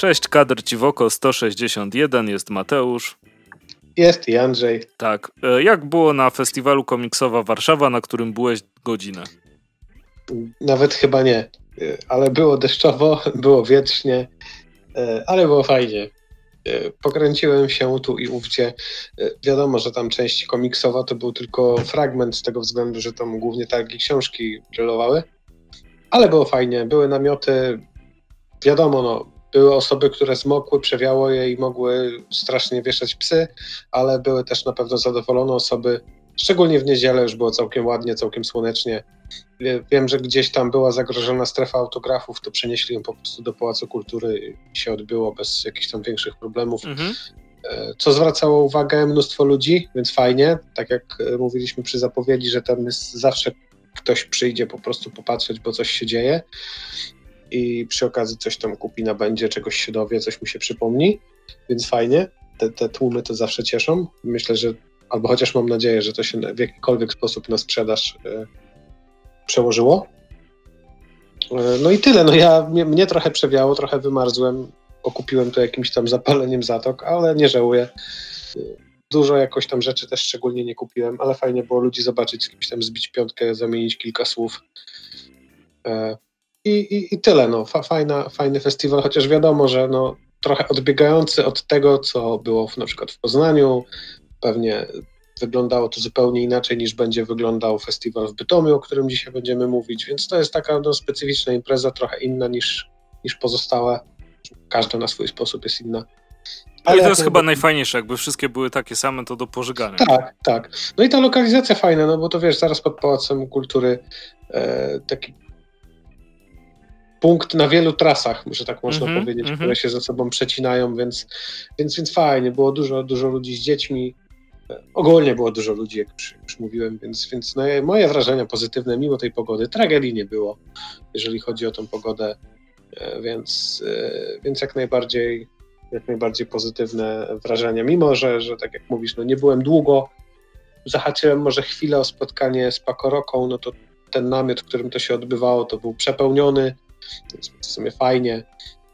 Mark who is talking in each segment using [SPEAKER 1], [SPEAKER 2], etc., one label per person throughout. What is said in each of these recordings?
[SPEAKER 1] Cześć, kadr Ciwoko 161, jest Mateusz.
[SPEAKER 2] Jest i Andrzej.
[SPEAKER 1] Tak. Jak było na festiwalu Komiksowa Warszawa, na którym byłeś godzinę?
[SPEAKER 2] Nawet chyba nie, ale było deszczowo, było wietrznie, ale było fajnie. Pokręciłem się tu i ówdzie. Wiadomo, że tam część komiksowa to był tylko fragment z tego względu, że tam głównie targi książki brylowały, ale było fajnie, były namioty, wiadomo, no, były osoby, które zmokły, przewiało je i mogły strasznie wieszać psy, ale były też na pewno zadowolone osoby, szczególnie w niedzielę już było całkiem ładnie, całkiem słonecznie. Wiem, że gdzieś tam była zagrożona strefa autografów, to przenieśli ją po prostu do Pałacu Kultury i się odbyło bez jakichś tam większych problemów. Co zwracało uwagę mnóstwo ludzi, więc fajnie, tak jak mówiliśmy przy zapowiedzi, że tam jest zawsze ktoś przyjdzie po prostu popatrzeć, bo coś się dzieje i przy okazji coś tam kupi, nabędzie, czegoś się dowie, coś mu się przypomni, więc fajnie, te tłumy to zawsze cieszą. Myślę, że, albo chociaż mam nadzieję, że to się w jakikolwiek sposób na sprzedaż przełożyło. No i tyle, no mnie trochę przewiało, trochę wymarzłem, okupiłem to jakimś tam zapaleniem zatok, ale nie żałuję. Dużo jakoś tam rzeczy też szczególnie nie kupiłem, ale fajnie było ludzi zobaczyć, z kimś tam zbić piątkę, zamienić kilka słów. I tyle, no, fajny festiwal, chociaż wiadomo, że no, trochę odbiegający od tego, co było na przykład w Poznaniu, pewnie wyglądało to zupełnie inaczej niż będzie wyglądał festiwal w Bytomiu, o którym dzisiaj będziemy mówić, więc to jest taka no, specyficzna impreza, trochę inna niż pozostałe, każda na swój sposób jest inna.
[SPEAKER 1] Ale to jest chyba najfajniejsze, jakby wszystkie były takie same, to do pożygania.
[SPEAKER 2] Tak. No i ta lokalizacja fajna, no bo to wiesz, zaraz pod Pałacem Kultury taki punkt na wielu trasach, że tak można powiedzieć, które się ze sobą przecinają, więc fajnie, było dużo ludzi z dziećmi, ogólnie było dużo ludzi, jak już mówiłem, więc no, moje wrażenia pozytywne, mimo tej pogody, tragedii nie było, jeżeli chodzi o tą pogodę, więc jak najbardziej pozytywne wrażenia, mimo że tak jak mówisz, no nie byłem długo, zahaczyłem może chwilę o spotkanie z Pakoroką, no to ten namiot, w którym to się odbywało, to był przepełniony, więc w sumie fajnie.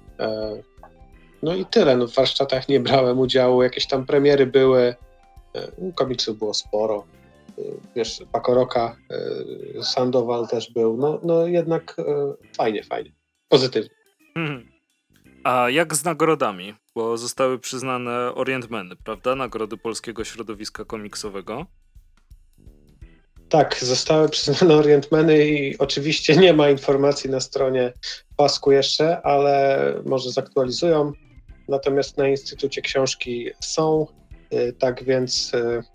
[SPEAKER 2] No i tyle, no w warsztatach nie brałem udziału, jakieś tam premiery były, komiksów było sporo, wiesz, Pakoroka, Sandoval też był, no jednak fajnie, pozytywnie.
[SPEAKER 1] A jak z nagrodami? Bo zostały przyznane Orientmeny, prawda? Nagrody Polskiego Środowiska Komiksowego.
[SPEAKER 2] Tak, zostały przyznane Orientmeny i oczywiście nie ma informacji na stronie Pasku jeszcze, ale może zaktualizują. Natomiast na Instytucie Książki są, tak więc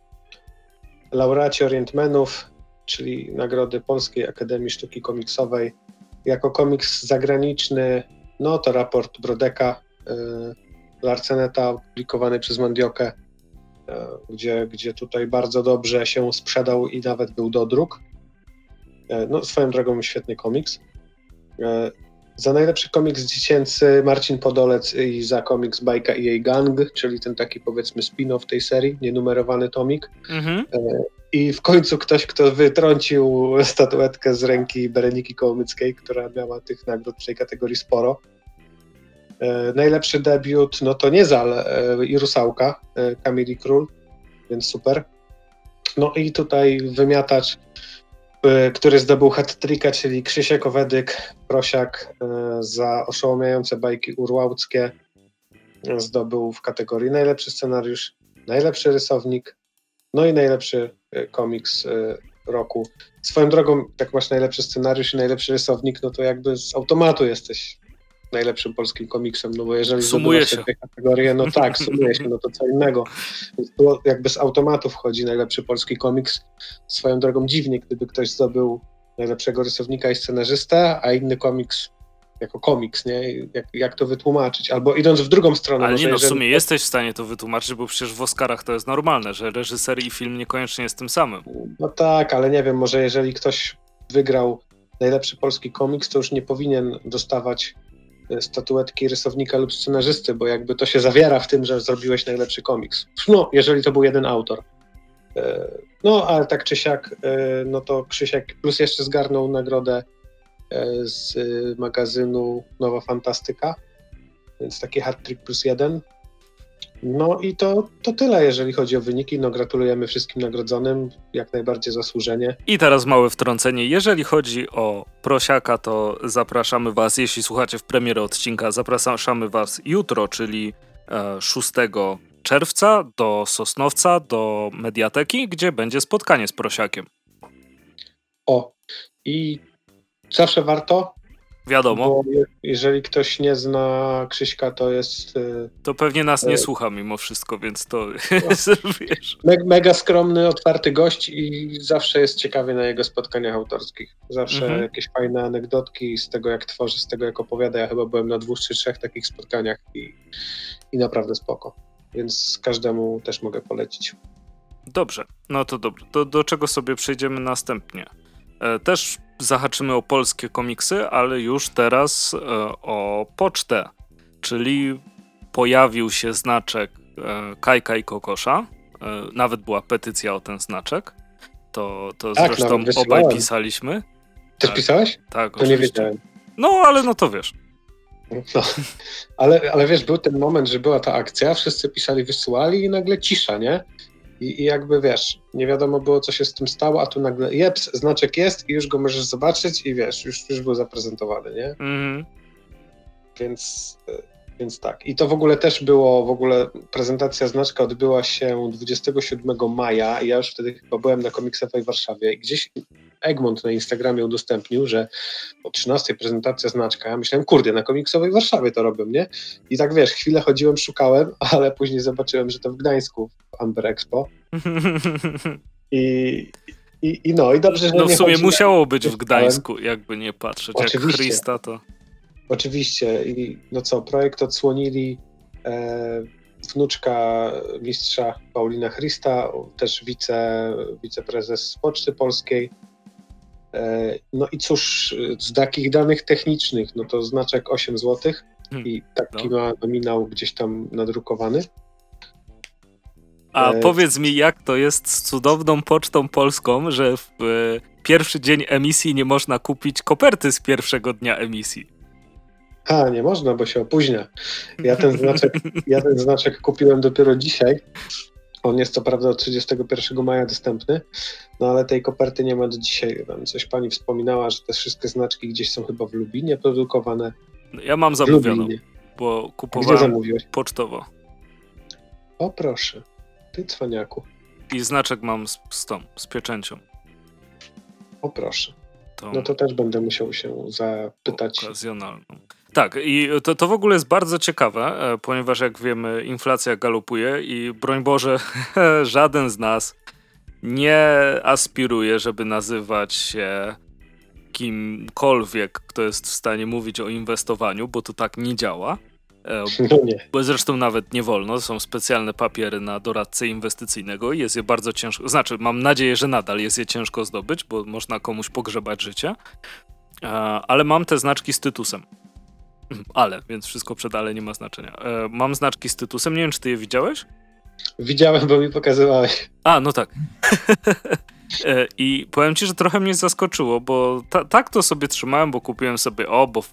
[SPEAKER 2] laureaci Orientmenów, czyli Nagrody Polskiej Akademii Sztuki Komiksowej, jako komiks zagraniczny, no to raport Brodeka, Larseneta, opublikowany przez Mandiokę, gdzie tutaj bardzo dobrze się sprzedał i nawet był dodruk. No, swoją drogą świetny komiks. Za najlepszy komiks dziecięcy Marcin Podolec i za komiks Bajka i jej gang, czyli ten taki powiedzmy spin-off tej serii, nienumerowany tomik. I w końcu ktoś, kto wytrącił statuetkę z ręki Bereniki Kołomyckiej, która miała tych nagród w tej kategorii sporo. Najlepszy debiut, no to Niezal i Rusałka, Kamili Król, więc super. No i tutaj wymiatacz, który zdobył hat-tricka, czyli Krzysiek Owedyk, Prosiak, za oszołomiające bajki urłałckie, zdobył w kategorii najlepszy scenariusz, najlepszy rysownik, no i najlepszy komiks roku. Swoją drogą, jak masz najlepszy scenariusz i najlepszy rysownik, no to jakby z automatu jesteś najlepszym polskim komiksem, no bo jeżeli
[SPEAKER 1] sumuje się
[SPEAKER 2] dwie kategorie, no tak, sumuje się, no to co innego. Więc tu jakby z automatu wchodzi najlepszy polski komiks. Swoją drogą dziwnie, gdyby ktoś zdobył najlepszego rysownika i scenarzystę, a inny komiks jako komiks, nie? Jak to wytłumaczyć? Albo idąc w drugą stronę.
[SPEAKER 1] Ale nie, no w sumie jesteś w stanie to wytłumaczyć, bo przecież w Oscarach to jest normalne, że reżyser i film niekoniecznie jest tym samym.
[SPEAKER 2] No tak, ale nie wiem, może jeżeli ktoś wygrał najlepszy polski komiks, to już nie powinien dostawać statuetki rysownika lub scenarzysty, bo jakby to się zawiera w tym, że zrobiłeś najlepszy komiks. No, jeżeli to był jeden autor. No, ale tak czy siak, no to Krzysiek plus jeszcze zgarnął nagrodę z magazynu Nowa Fantastyka więc taki hat-trick +1. No i to tyle, jeżeli chodzi o wyniki. No gratulujemy wszystkim nagrodzonym, jak najbardziej zasłużenie.
[SPEAKER 1] I teraz małe wtrącenie. Jeżeli chodzi o Prosiaka, to zapraszamy was, jeśli słuchacie w premierę odcinka, zapraszamy was jutro, czyli 6 czerwca do Sosnowca, do Mediateki, gdzie będzie spotkanie z Prosiakiem.
[SPEAKER 2] I zawsze warto.
[SPEAKER 1] Wiadomo.
[SPEAKER 2] Bo jeżeli ktoś nie zna Krzyśka, to jest...
[SPEAKER 1] To pewnie nas nie słucha mimo wszystko, więc to wiesz.
[SPEAKER 2] Mega skromny, otwarty gość i zawsze jest ciekawy na jego spotkaniach autorskich. Zawsze jakieś fajne anegdotki z tego, jak tworzy, z tego, jak opowiada. Ja chyba byłem na 2 czy 3 takich spotkaniach i naprawdę spoko. Więc każdemu też mogę polecić.
[SPEAKER 1] Dobrze, no to dobrze. Do czego sobie przejdziemy następnie? Też zahaczymy o polskie komiksy, ale już teraz o pocztę, czyli pojawił się znaczek Kajka i Kokosza, nawet była petycja o ten znaczek, to
[SPEAKER 2] tak,
[SPEAKER 1] zresztą obaj pisaliśmy.
[SPEAKER 2] Też pisałeś?
[SPEAKER 1] Tak,
[SPEAKER 2] to
[SPEAKER 1] oczywiście.
[SPEAKER 2] Nie wiedziałem.
[SPEAKER 1] No, ale no to wiesz.
[SPEAKER 2] No, ale wiesz, był ten moment, że była ta akcja, wszyscy pisali, wysyłali i nagle cisza, nie? I jakby wiesz, nie wiadomo było, co się z tym stało, a tu nagle jeps, znaczek jest i już go możesz zobaczyć i wiesz, już był zaprezentowany, nie? Więc tak. I to w ogóle też było, prezentacja znaczka odbyła się 27 maja i ja już wtedy chyba byłem na komiksowej w Warszawie i gdzieś Egmont na Instagramie udostępnił, że o 13 prezentacja znaczka. Ja myślałem, kurde, na komiksowej w Warszawie to robią, nie? I tak wiesz, chwilę chodziłem, szukałem, ale później zobaczyłem, że to w Gdańsku, w Amber Expo. I dobrze, że
[SPEAKER 1] no w
[SPEAKER 2] nie
[SPEAKER 1] sumie
[SPEAKER 2] chodzi
[SPEAKER 1] musiało być w Gdańsku, jakby nie patrzeć.
[SPEAKER 2] Oczywiście.
[SPEAKER 1] Jak Christa to...
[SPEAKER 2] Oczywiście. I no co, projekt odsłonili wnuczka mistrza Paulina Christa, też wiceprezes Poczty Polskiej. No i cóż, z takich danych technicznych, no to znaczek 8 zł i taki ma nominał gdzieś tam nadrukowany.
[SPEAKER 1] A powiedz mi, jak to jest z cudowną Pocztą Polską, że w pierwszy dzień emisji nie można kupić koperty z pierwszego dnia emisji?
[SPEAKER 2] Nie można, bo się opóźnia. Ja ten znaczek kupiłem dopiero dzisiaj. On jest co prawda od 31 maja dostępny, no ale tej koperty nie ma do dzisiaj. Tam coś pani wspominała, że te wszystkie znaczki gdzieś są chyba w Lubinie produkowane.
[SPEAKER 1] Ja mam zamówioną, bo kupowałem
[SPEAKER 2] zamówiłeś?
[SPEAKER 1] Pocztowo.
[SPEAKER 2] O proszę, ty cwaniaku.
[SPEAKER 1] I znaczek mam z pieczęcią.
[SPEAKER 2] O proszę. No to też będę musiał się zapytać.
[SPEAKER 1] Okazjonalną. Tak, i to w ogóle jest bardzo ciekawe, ponieważ jak wiemy, inflacja galopuje i broń Boże, żaden z nas nie aspiruje, żeby nazywać się kimkolwiek, kto jest w stanie mówić o inwestowaniu, bo to tak nie działa.
[SPEAKER 2] No nie.
[SPEAKER 1] Bo zresztą nawet nie wolno, są specjalne papiery na doradcę inwestycyjnego i jest je bardzo ciężko, znaczy mam nadzieję, że nadal jest je ciężko zdobyć, bo można komuś pogrzebać życie, ale mam te znaczki z tytusem. Więc wszystko przed ale nie ma znaczenia. Mam znaczki z tytusem, nie wiem, czy ty je widziałeś?
[SPEAKER 2] Widziałem, bo mi pokazywałeś.
[SPEAKER 1] No tak. I powiem ci, że trochę mnie zaskoczyło, bo tak to sobie trzymałem, bo kupiłem sobie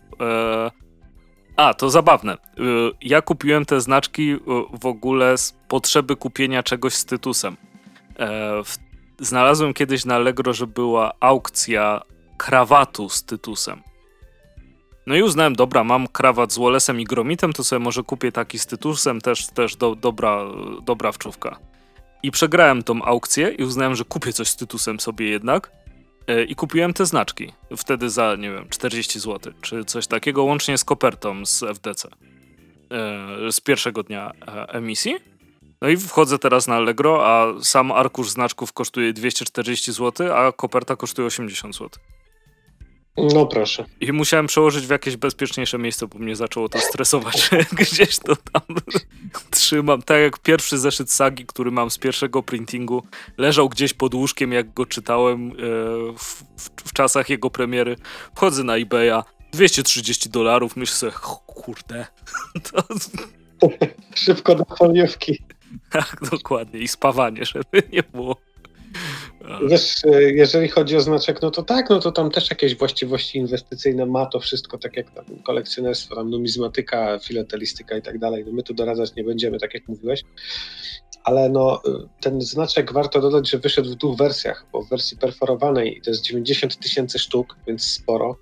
[SPEAKER 1] to zabawne. Ja kupiłem te znaczki w ogóle z potrzeby kupienia czegoś z tytusem. Znalazłem kiedyś na Allegro, że była aukcja krawatu z tytusem. No i uznałem, dobra, mam krawat z Wallace'em i Gromitem, to sobie może kupię taki z tytusem, też dobra wczówka. I przegrałem tą aukcję i uznałem, że kupię coś z tytusem sobie jednak. I kupiłem te znaczki. Wtedy za, nie wiem, 40 zł, czy coś takiego, łącznie z kopertą z FDC. Z pierwszego dnia emisji. No i wchodzę teraz na Allegro, a sam arkusz znaczków kosztuje 240 zł, a koperta kosztuje 80 zł.
[SPEAKER 2] No proszę.
[SPEAKER 1] I musiałem przełożyć w jakieś bezpieczniejsze miejsce, bo mnie zaczęło to stresować. Gdzieś to tam trzymam. Tak jak pierwszy zeszyt sagi, który mam z pierwszego printingu, leżał gdzieś pod łóżkiem, jak go czytałem w czasach jego premiery. Wchodzę na eBaya, $230, myślę sobie, kurde.
[SPEAKER 2] Szybko do foliówki.
[SPEAKER 1] Tak, dokładnie. I spawanie, żeby nie było.
[SPEAKER 2] Wiesz, jeżeli chodzi o znaczek, no to tak, no to tam też jakieś właściwości inwestycyjne ma to wszystko, tak jak tam kolekcjonerstwo, tam numizmatyka, filatelistyka i tak dalej. No my tu doradzać nie będziemy, tak jak mówiłeś. Ale no, ten znaczek warto dodać, że wyszedł w 2 wersjach, bo w wersji perforowanej to jest 90 000 sztuk, więc sporo.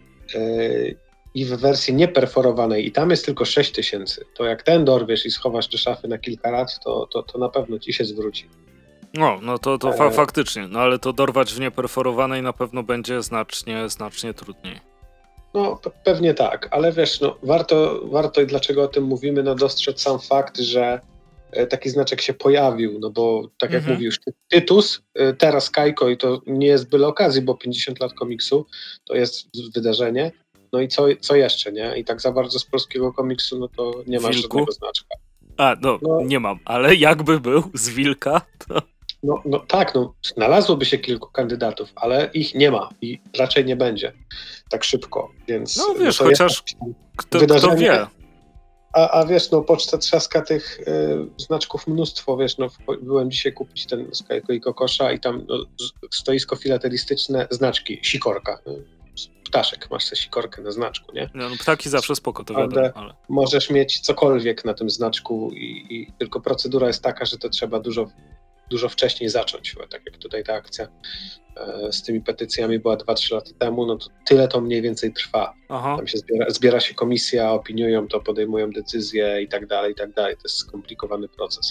[SPEAKER 2] I w wersji nieperforowanej i tam jest tylko 6 000. To jak ten dorwiesz i schowasz do szafy na kilka lat, to na pewno ci się zwróci.
[SPEAKER 1] No to faktycznie, no ale to dorwać w nieperforowanej na pewno będzie znacznie trudniej.
[SPEAKER 2] No pewnie tak, ale wiesz, no warto i dlaczego o tym mówimy, no dostrzec sam fakt, że taki znaczek się pojawił, no bo tak jak mówisz, Tytus, teraz Kajko i to nie jest byle okazji, bo 50 lat komiksu to jest wydarzenie, no i co jeszcze, nie? I tak za bardzo z polskiego komiksu, no to nie ma żadnego znaczka.
[SPEAKER 1] No nie mam, ale jakby był z Wilka, to...
[SPEAKER 2] No tak, znalazłoby się kilku kandydatów, ale ich nie ma i raczej nie będzie tak szybko, więc...
[SPEAKER 1] No wiesz, chociaż kto wie.
[SPEAKER 2] A wiesz, Poczta trzaska tych znaczków mnóstwo, wiesz, byłem dzisiaj kupić ten z Kajko i Kokosza i tam stoisko filatelistyczne, znaczki, sikorka, ptaszek, masz tę sikorkę na znaczku, nie?
[SPEAKER 1] No ptaki zawsze spoko, to wiadomo, ale...
[SPEAKER 2] Możesz mieć cokolwiek na tym znaczku i tylko procedura jest taka, że to trzeba dużo wcześniej zacząć, tak jak tutaj ta akcja z tymi petycjami była 2-3 lata temu, no to tyle to mniej więcej trwa. Tam się zbiera się komisja, opiniują to, podejmują decyzje i tak dalej, to jest skomplikowany proces.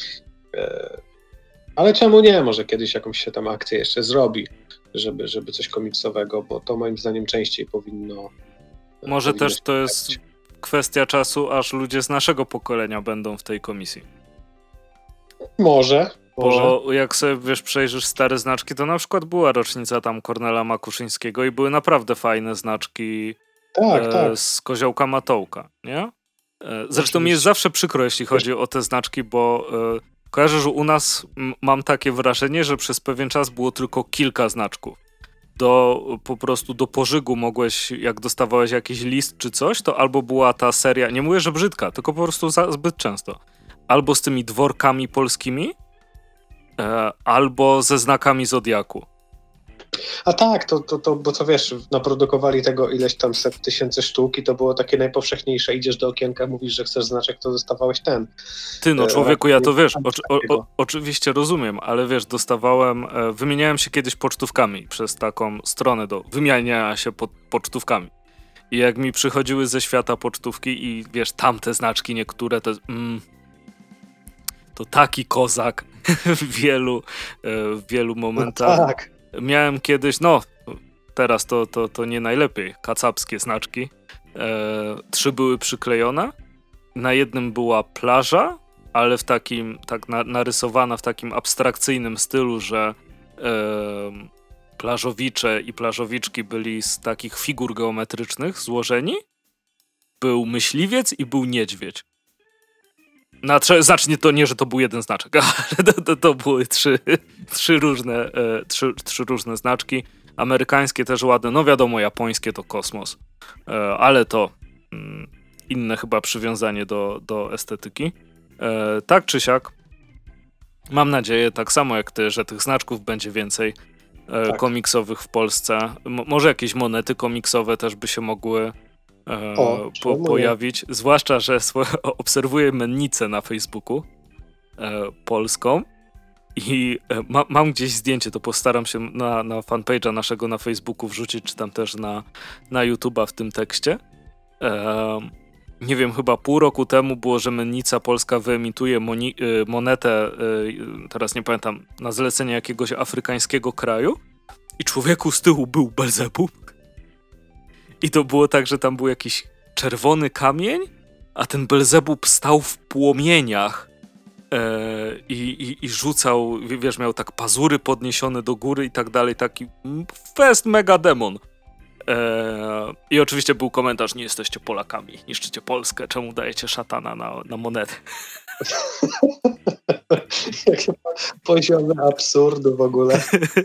[SPEAKER 2] Ale czemu nie? Może kiedyś jakąś się tam akcję jeszcze zrobi, żeby coś komiksowego, bo to moim zdaniem częściej powinno...
[SPEAKER 1] Może też to jest kwestia czasu, aż ludzie z naszego pokolenia będą w tej komisji.
[SPEAKER 2] Może.
[SPEAKER 1] Bo jak sobie, wiesz, przejrzysz stare znaczki, to na przykład była rocznica tam Kornela Makuszyńskiego i były naprawdę fajne znaczki z Koziołka Matołka, nie? Zresztą mi jest zawsze przykro, jeśli chodzi o te znaczki, bo kojarzę, że u nas mam takie wrażenie, że przez pewien czas było tylko kilka znaczków. Po prostu do pożygu mogłeś, jak dostawałeś jakiś list czy coś, to albo była ta seria, nie mówię, że brzydka, tylko po prostu zbyt często. Albo z tymi dworkami polskimi, albo ze znakami Zodiaku.
[SPEAKER 2] A tak, bo to wiesz, naprodukowali tego ileś tam 100 000 sztuk i to było takie najpowszechniejsze. Idziesz do okienka, mówisz, że chcesz znaczek, to dostawałeś ten.
[SPEAKER 1] Ty, człowieku, ja to wiesz, oczywiście rozumiem, ale wiesz, wymieniałem się kiedyś pocztówkami przez taką stronę do wymieniania się pocztówkami. I jak mi przychodziły ze świata pocztówki i wiesz, tamte znaczki niektóre, to taki kozak w wielu momentach.
[SPEAKER 2] No tak.
[SPEAKER 1] Miałem kiedyś, teraz to nie najlepiej, kacapskie znaczki. 3 były przyklejone. Na jednym była plaża, ale w takim, narysowana w takim abstrakcyjnym stylu, że plażowicze i plażowiczki byli z takich figur geometrycznych złożeni. Był myśliwiec i był niedźwiedź. Znacznie to nie, że to był jeden znaczek, ale to były trzy różne znaczki. Amerykańskie też ładne, no wiadomo, japońskie to kosmos, ale to inne chyba przywiązanie do estetyki. Tak czy siak, mam nadzieję, tak samo jak ty, że tych znaczków będzie więcej komiksowych w Polsce. Może jakieś monety komiksowe też by się mogły pojawić. Zwłaszcza, że obserwuję mennicę na Facebooku polską i mam gdzieś zdjęcie, to postaram się na fanpage'a naszego na Facebooku wrzucić, czy tam też na YouTube'a w tym tekście. Nie wiem, chyba pół roku temu było, że mennica polska wyemituje monetę, teraz nie pamiętam, na zlecenie jakiegoś afrykańskiego kraju i człowieku z tyłu był Belzebub. I to było tak, że tam był jakiś czerwony kamień, a ten Belzebub stał w płomieniach i rzucał, wiesz, miał tak pazury podniesione do góry i tak dalej, taki fest mega demon. I oczywiście był komentarz: nie jesteście Polakami, niszczycie Polskę, czemu dajecie szatana na monetę?
[SPEAKER 2] Jakie poziomy absurdu w ogóle.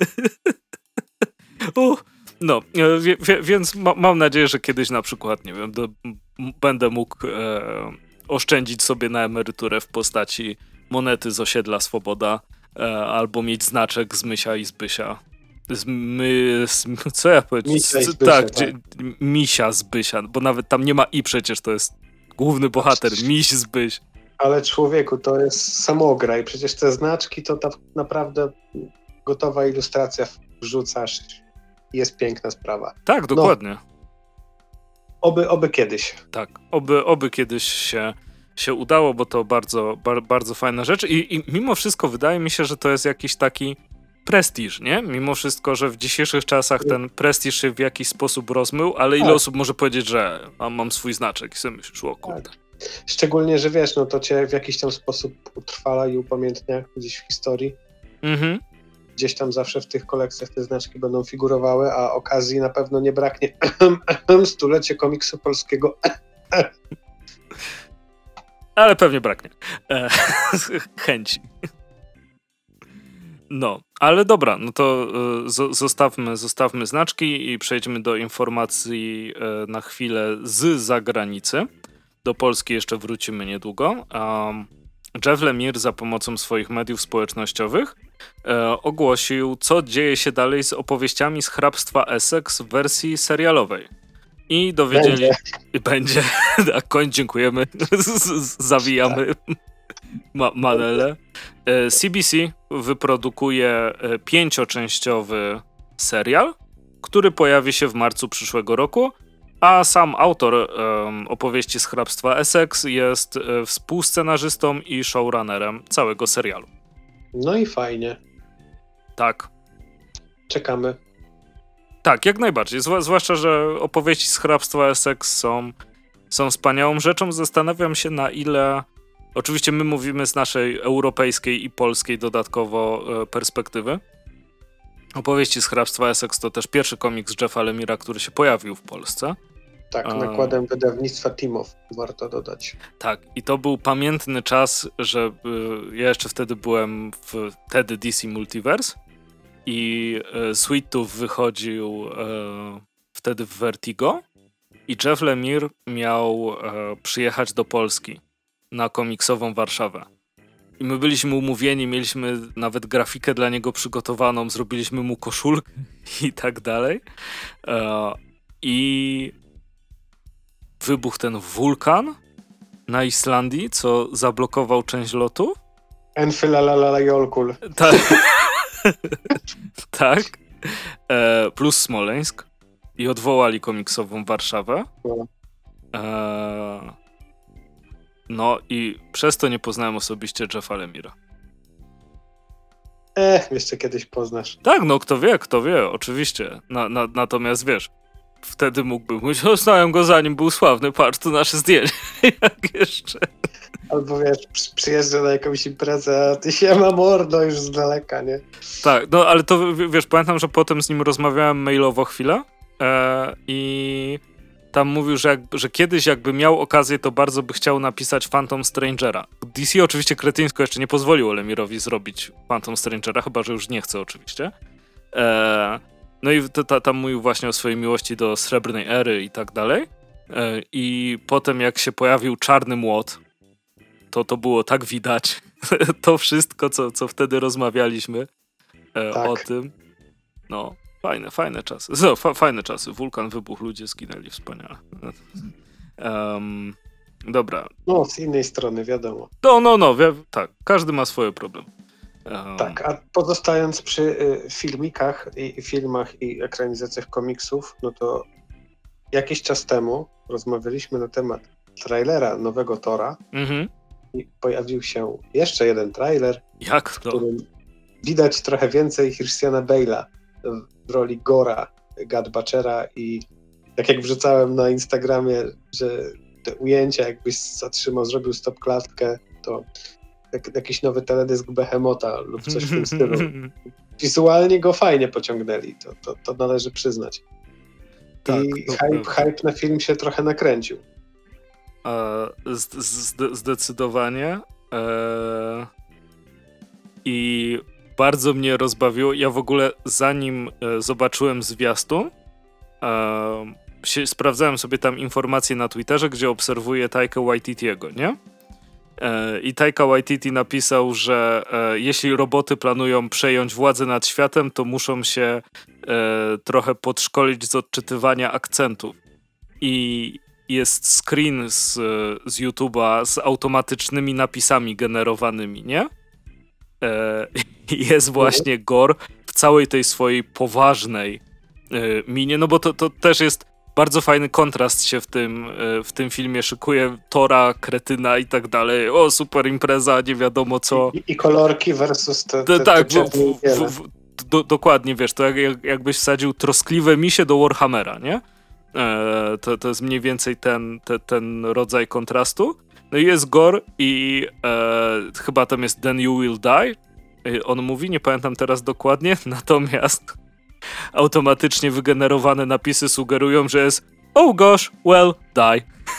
[SPEAKER 1] No, więc mam nadzieję, że kiedyś na przykład, nie wiem, będę mógł oszczędzić sobie na emeryturę w postaci monety z osiedla Swoboda Albo mieć znaczek z Mysia i Zbysia. Co ja powiedziałem?
[SPEAKER 2] Tak,
[SPEAKER 1] Misia Zbysia, bo nawet tam nie ma i przecież to jest główny bohater, Miś Zbyś.
[SPEAKER 2] Ale człowieku, to jest samogra i przecież te znaczki to tak naprawdę gotowa ilustracja wrzucasz. Jest piękna sprawa.
[SPEAKER 1] Tak, dokładnie.
[SPEAKER 2] No, oby kiedyś.
[SPEAKER 1] Tak, oby kiedyś się udało, bo to bardzo, bardzo fajna rzecz i mimo wszystko wydaje mi się, że to jest jakiś taki prestiż, nie? Mimo wszystko, że w dzisiejszych czasach ten prestiż się w jakiś sposób rozmył, ale ile osób może powiedzieć, że mam swój znaczek i sobie myślisz, o kurde.
[SPEAKER 2] Tak. Szczególnie, że wiesz, no to cię w jakiś tam sposób utrwala i upamiętnia gdzieś w historii.
[SPEAKER 1] Mhm.
[SPEAKER 2] Gdzieś tam zawsze w tych kolekcjach te znaczki będą figurowały, a okazji na pewno nie braknie. Stulecie komiksu polskiego.
[SPEAKER 1] Ale pewnie braknie. Chęci. No, ale dobra, no to zostawmy znaczki i przejdźmy do informacji na chwilę z zagranicy. Do Polski jeszcze wrócimy niedługo. Jeff Lemire za pomocą swoich mediów społecznościowych ogłosił, co dzieje się dalej z opowieściami z hrabstwa Essex w wersji serialowej. I dowiedzieli... Będzie. Dziękujemy. Zawijamy manele. CBC wyprodukuje 5-częściowy serial, który pojawi się w marcu przyszłego roku, a sam autor opowieści z hrabstwa Essex jest współscenarzystą i showrunnerem całego serialu.
[SPEAKER 2] No i fajnie.
[SPEAKER 1] Tak.
[SPEAKER 2] Czekamy.
[SPEAKER 1] Tak, jak najbardziej. Zwłaszcza, że opowieści z hrabstwa Essex są wspaniałą rzeczą. Zastanawiam się, na ile... Oczywiście my mówimy z naszej europejskiej i polskiej dodatkowo perspektywy. Opowieści z hrabstwa Essex to też pierwszy komiks Jeffa Lemira, który się pojawił w Polsce.
[SPEAKER 2] Tak, nakładem wydawnictwa Timow, warto dodać.
[SPEAKER 1] Tak, i to był pamiętny czas, że ja jeszcze wtedy byłem w DC Multiverse i Sweet Tooth wychodził wtedy w Vertigo i Jeff Lemire miał przyjechać do Polski na komiksową Warszawę. I my byliśmy umówieni, mieliśmy nawet grafikę dla niego przygotowaną, zrobiliśmy mu koszulkę i tak dalej. I wybuchł ten wulkan na Islandii, co zablokował część lotu.
[SPEAKER 2] Enfylalalajolkul.
[SPEAKER 1] Tak. Tak. Plus Smoleńsk. I odwołali komiksową Warszawę. No i przez to nie poznałem osobiście Jeffa Lemira.
[SPEAKER 2] Jeszcze kiedyś poznasz.
[SPEAKER 1] Tak, no kto wie, oczywiście. Natomiast wiesz, wtedy mógłbym mówić, znałem go zanim był sławny, patrz, tu nasze zdjęcie. Jak jeszcze.
[SPEAKER 2] Albo wiesz, przyjeżdża na jakąś imprezę, a ty się ma mordo już z daleka, nie?
[SPEAKER 1] Tak, no ale to wiesz, pamiętam, że potem z nim rozmawiałem mailowo chwilę i tam mówił, że kiedyś jakby miał okazję, to bardzo by chciał napisać Phantom Strangera. DC oczywiście kretyńsko jeszcze nie pozwoliło Lemirowi zrobić Phantom Strangera, chyba że już nie chce oczywiście. No i tam mówił właśnie o swojej miłości do Srebrnej Ery i tak dalej. I potem jak się pojawił Czarny Młot, to było tak widać. To wszystko, co wtedy rozmawialiśmy
[SPEAKER 2] tak.
[SPEAKER 1] O tym. No, fajne czasy. Fajne czasy. Wulkan wybuchł, ludzie zginęli, wspaniale. Dobra.
[SPEAKER 2] No, z innej strony, wiadomo.
[SPEAKER 1] Tak. Każdy ma swoje problemy.
[SPEAKER 2] Tak, a pozostając przy filmach i ekranizacjach komiksów, no to jakiś czas temu rozmawialiśmy na temat trailera nowego Thora i pojawił się jeszcze jeden trailer, w którym widać trochę więcej Christiana Bale'a w roli Gora, Gut Butchera i tak jak wrzucałem na Instagramie, że te ujęcia jakbyś zatrzymał, zrobił stop klatkę, to jakiś nowy teledysk Behemota lub coś w tym stylu. Wizualnie go fajnie pociągnęli, to należy przyznać. Tak, i hype na film się trochę nakręcił.
[SPEAKER 1] Zdecydowanie. I bardzo mnie rozbawiło. Ja w ogóle zanim zobaczyłem zwiastun, sprawdzałem sobie tam informacje na Twitterze, gdzie obserwuję Taikę Waititiego, nie? I Taika Waititi napisał, że jeśli roboty planują przejąć władzę nad światem, to muszą się trochę podszkolić z odczytywania akcentów. I jest screen z YouTube'a z automatycznymi napisami generowanymi, nie? Jest właśnie Gore w całej tej swojej poważnej minie, no bo to też jest bardzo fajny kontrast się w tym filmie szykuje. Tora, kretyna i tak dalej. O, super impreza, nie wiadomo co.
[SPEAKER 2] I kolorki versus te
[SPEAKER 1] tak, dokładnie, wiesz, to jakbyś wsadził troskliwe misie do Warhammera, nie? To jest mniej więcej ten rodzaj kontrastu. No i jest Gore i chyba tam jest Then You Will Die. On mówi, nie pamiętam teraz dokładnie, natomiast automatycznie wygenerowane napisy sugerują, że jest oh gosh, well, die.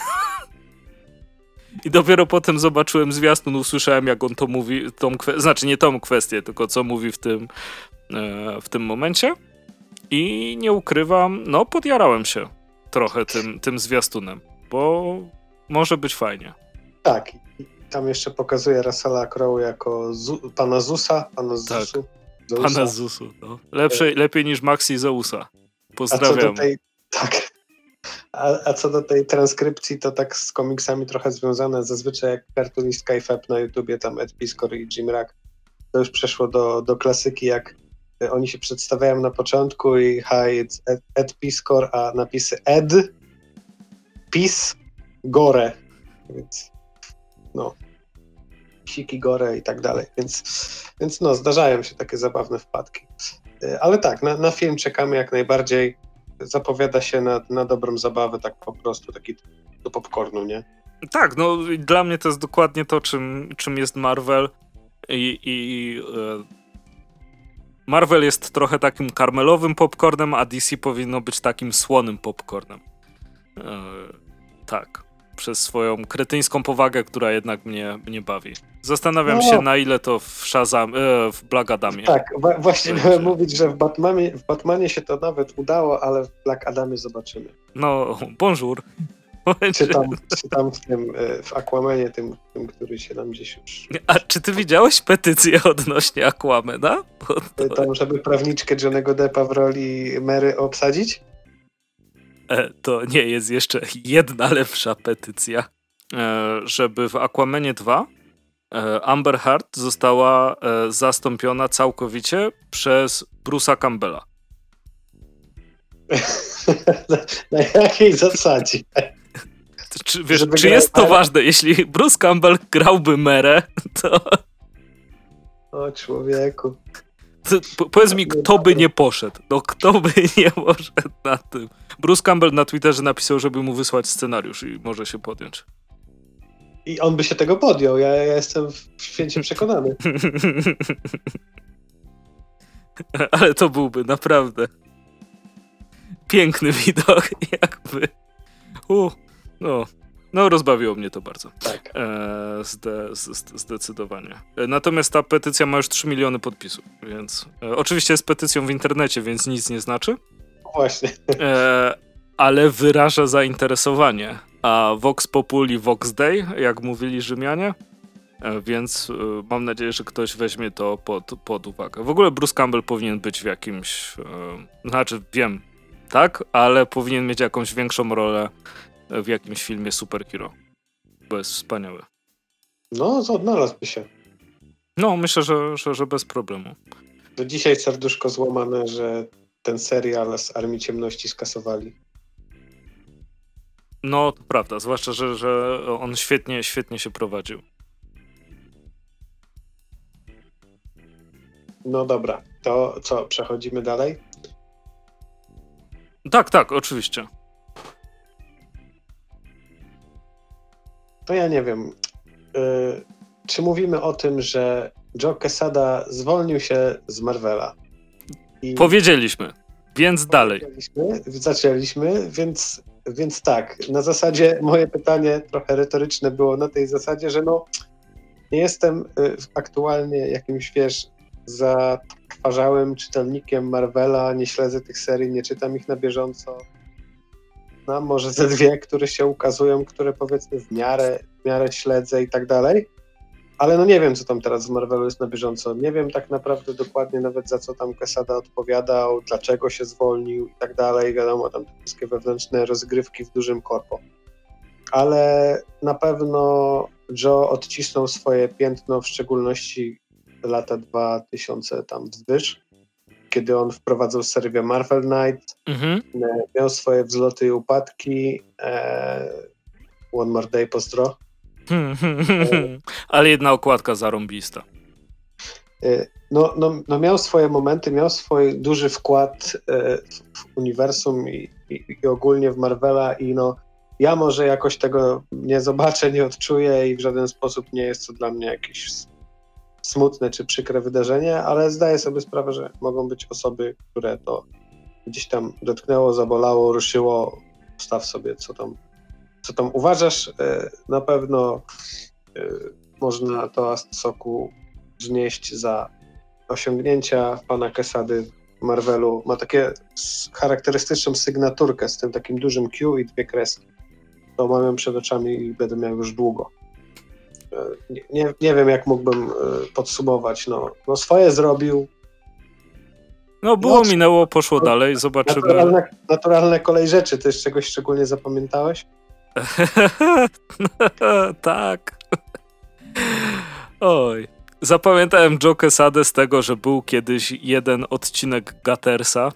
[SPEAKER 1] I dopiero potem zobaczyłem zwiastun, usłyszałem jak on to mówi, znaczy nie tą kwestię, tylko co mówi w tym momencie. I nie ukrywam, no podjarałem się trochę tym zwiastunem, bo może być fajnie.
[SPEAKER 2] Tak, i tam jeszcze pokazuje Russella Crowe jako pana Zusa.
[SPEAKER 1] Tak. Pana Zusu, no. Lepiej niż Maxi Zeusa. Pozdrawiam.
[SPEAKER 2] A co do tej transkrypcji, to tak z komiksami trochę związane. Zazwyczaj jak Cartoonist K-Fab na YouTubie, tam Ed Piskor i Jim Rack, to już przeszło do klasyki, jak oni się przedstawiają na początku i hi, it's Ed Piskor, a napisy Ed, Pis, Gore. Więc no, Siki Gore i tak dalej. Więc no, zdarzają się takie zabawne wpadki. Ale tak, na film czekamy jak najbardziej. Zapowiada się na dobrą zabawę, tak po prostu, taki do popcornu, nie? Tak,
[SPEAKER 1] no dla mnie to jest dokładnie to, czym jest Marvel Marvel jest trochę takim karmelowym popcornem, a DC powinno być takim słonym popcornem. Tak. Przez swoją kretyńską powagę, która jednak mnie bawi. Zastanawiam się, na ile to w Black Adamie.
[SPEAKER 2] Tak, właśnie miałem mówić, że w Batmanie się to nawet udało, ale w Black Adamie zobaczymy.
[SPEAKER 1] No, bonjour.
[SPEAKER 2] Czy tam w Aquamanie, tym, który się nam gdzieś już...
[SPEAKER 1] A czy ty widziałeś petycję odnośnie Aquamana?
[SPEAKER 2] Tam, żeby prawniczkę Johnny'ego Deppa w roli Mary obsadzić?
[SPEAKER 1] To nie jest jeszcze jedna lepsza petycja, żeby w Aquamanie 2 Amber Heard została zastąpiona całkowicie przez Bruce'a Campbella.
[SPEAKER 2] Na jakiej zasadzie?
[SPEAKER 1] Czy jest to ważne? Jeśli Bruce Campbell grałby Merę, to...
[SPEAKER 2] O człowieku.
[SPEAKER 1] Powiedz mi, kto by nie poszedł? No kto by nie poszedł na tym? Bruce Campbell na Twitterze napisał, żeby mu wysłać scenariusz i może się podjąć.
[SPEAKER 2] I on by się tego podjął. Ja jestem święcie przekonany.
[SPEAKER 1] Ale to byłby naprawdę piękny widok, jakby. No, rozbawiło mnie to bardzo.
[SPEAKER 2] Tak.
[SPEAKER 1] Zdecydowanie. Natomiast ta petycja ma już 3 miliony podpisów, więc oczywiście jest petycją w internecie, więc nic nie znaczy.
[SPEAKER 2] Właśnie.
[SPEAKER 1] Ale wyraża zainteresowanie. A Vox Populi, Vox Dei, jak mówili Rzymianie, więc mam nadzieję, że ktoś weźmie to pod uwagę. W ogóle Bruce Campbell powinien być w jakimś, znaczy wiem, tak, ale powinien mieć jakąś większą rolę w jakimś filmie superhero, bo jest wspaniały.
[SPEAKER 2] No, odnalazłby się.
[SPEAKER 1] No, myślę, że bez problemu.
[SPEAKER 2] Do dzisiaj serduszko złamane, że ten serial z Armii Ciemności skasowali.
[SPEAKER 1] No, to prawda, zwłaszcza, że on świetnie się prowadził.
[SPEAKER 2] No dobra, to co, przechodzimy dalej?
[SPEAKER 1] Tak, oczywiście.
[SPEAKER 2] To ja nie wiem, czy mówimy o tym, że Joe Quesada zwolnił się z Marvela?
[SPEAKER 1] Powiedzieliśmy, więc dalej.
[SPEAKER 2] Zaczęliśmy, więc tak, na zasadzie moje pytanie trochę retoryczne było na tej zasadzie, że no nie jestem aktualnie jakimś, zaparzałym czytelnikiem Marvela, nie śledzę tych serii, nie czytam ich na bieżąco. znam może ze dwie, które się ukazują, które powiedzmy w miarę śledzę i tak dalej. Ale no nie wiem, co tam teraz w Marvelu jest na bieżąco. Nie wiem tak naprawdę dokładnie nawet za co tam Quesada odpowiadał, dlaczego się zwolnił i tak dalej. Wiadomo, tam te wszystkie wewnętrzne rozgrywki w dużym korpo. Ale na pewno Joe odcisnął swoje piętno, w szczególności lata 2000 tam wzwyż, kiedy on wprowadzał serię Marvel Knight, miał swoje wzloty i upadki. One More Day, pozdro.
[SPEAKER 1] Ale jedna okładka zarąbista.
[SPEAKER 2] No miał swoje momenty, miał swój duży wkład w uniwersum i ogólnie w Marvela i no ja może jakoś tego nie zobaczę, nie odczuję i w żaden sposób nie jest to dla mnie jakieś smutne czy przykre wydarzenie, ale zdaję sobie sprawę, że mogą być osoby, które to gdzieś tam dotknęło, zabolało, ruszyło. Staw sobie, co tam uważasz. Na pewno można toast soku wznieść za osiągnięcia pana Quesady w Marvelu. Ma takie charakterystyczną sygnaturkę z tym takim dużym Q i dwie kreski. To mam ją przed oczami i będę miał już długo. Nie wiem, jak mógłbym podsumować. No swoje zrobił.
[SPEAKER 1] No było, minęło, poszło dalej, zobaczymy.
[SPEAKER 2] Naturalna kolej rzeczy. Ty czegoś szczególnie zapamiętałeś?
[SPEAKER 1] Tak. Oj. Zapamiętałem Joe Quesadę z tego, że był kiedyś jeden odcinek Guttersa,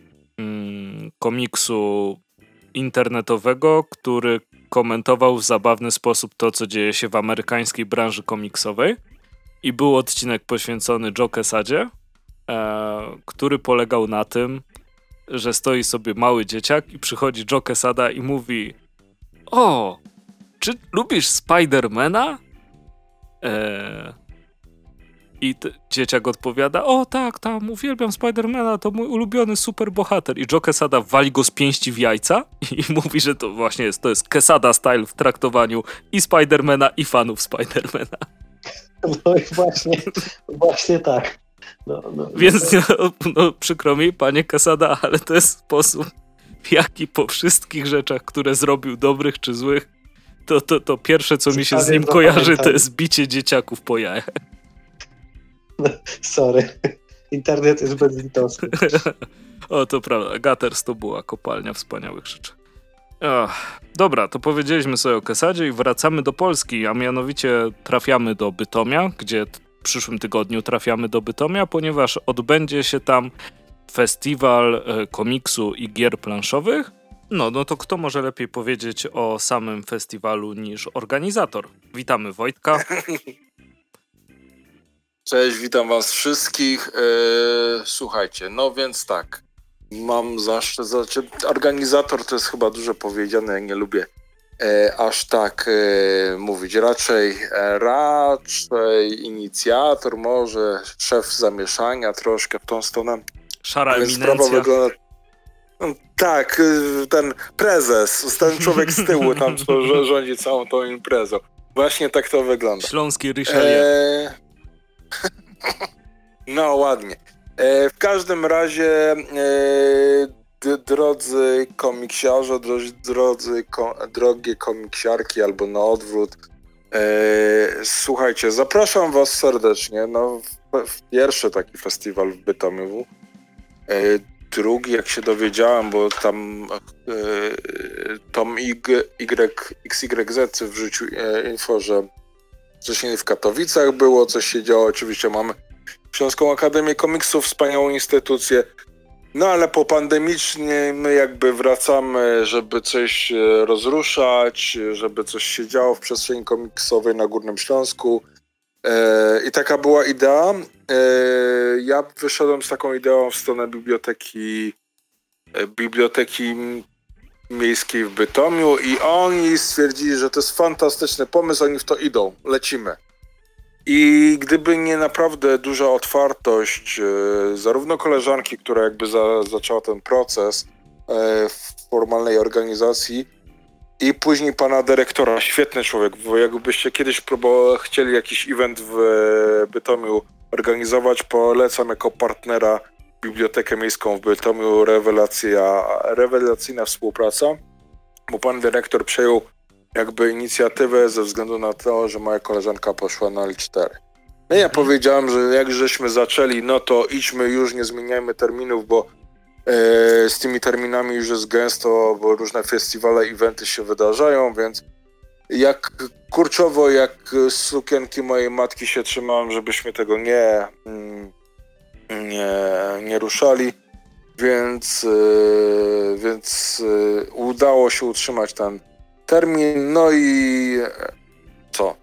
[SPEAKER 1] komiksu internetowego, który komentował w zabawny sposób to, co dzieje się w amerykańskiej branży komiksowej. I był odcinek poświęcony Joe Quesadzie, który polegał na tym, że stoi sobie mały dzieciak i przychodzi Joe Quesada i mówi: o, czy lubisz Spidermana? I dzieciak odpowiada: o tak, uwielbiam Spidermana, to mój ulubiony superbohater. I Joe Quesada wali go z pięści w jajca i mówi, że to właśnie to jest Quesada style w traktowaniu i Spidermana, i fanów Spidermana.
[SPEAKER 2] No i właśnie tak.
[SPEAKER 1] Więc przykro mi, panie Quesada, ale to jest sposób, w jaki po wszystkich rzeczach, które zrobił, dobrych czy złych, to pierwsze, co mi się z nim kojarzy, to jest bicie dzieciaków po jajach.
[SPEAKER 2] Sorry. Internet jest bezlitosny.
[SPEAKER 1] O, to prawda. Gutters to była kopalnia wspaniałych rzeczy. Dobra, to powiedzieliśmy sobie o Quesadzie i wracamy do Polski, a mianowicie trafiamy do Bytomia, gdzie w przyszłym tygodniu trafiamy do Bytomia, ponieważ odbędzie się tam festiwal komiksu i gier planszowych. No to kto może lepiej powiedzieć o samym festiwalu niż organizator? Witamy Wojtka.
[SPEAKER 3] Cześć, witam was wszystkich. Słuchajcie, no więc tak, mam zaszczyt, organizator to jest chyba dużo powiedziane, ja nie lubię aż tak mówić, raczej inicjator, może szef zamieszania troszkę w tą stronę.
[SPEAKER 1] Szara eminencja.
[SPEAKER 3] Sprawa wygląda... Tak, ten prezes, ten człowiek z tyłu tam, co rządzi całą tą imprezą. Właśnie tak to wygląda.
[SPEAKER 1] Śląski Richelieu.
[SPEAKER 3] No ładnie. W każdym razie drodzy komiksiarze, drogie komiksiarki albo na odwrót, słuchajcie, zapraszam was serdecznie w pierwszy taki festiwal w Bytomiu. Drugi, jak się dowiedziałem, bo tam Tom XYZ wrzucił info, że wcześniej w Katowicach było, coś się działo. Oczywiście mamy Śląską Akademię Komiksów, wspaniałą instytucję. No ale po pandemicznie my jakby wracamy, żeby coś rozruszać, żeby coś się działo w przestrzeni komiksowej na Górnym Śląsku. I taka była idea. Ja wyszedłem z taką ideą w stronę biblioteki miejskiej w Bytomiu i oni stwierdzili, że to jest fantastyczny pomysł, oni w to idą, lecimy. I gdyby nie naprawdę duża otwartość zarówno koleżanki, która jakby zaczęła ten proces w formalnej organizacji, i później pana dyrektora, świetny człowiek, bo jakbyście kiedyś chcieli jakiś event w Bytomiu organizować, polecam jako partnera Bibliotekę Miejską w Bytomiu, rewelacyjna współpraca. bo pan dyrektor przejął jakby inicjatywę ze względu na to, że moja koleżanka poszła na L4. No ja powiedziałem, że jak żeśmy zaczęli, no to idźmy już, nie zmieniajmy terminów, bo z tymi terminami już jest gęsto, bo różne festiwale, eventy się wydarzają, więc jak kurczowo, jak sukienki mojej matki się trzymałem, żebyśmy tego nie ruszali, więc udało się utrzymać ten termin. No i co?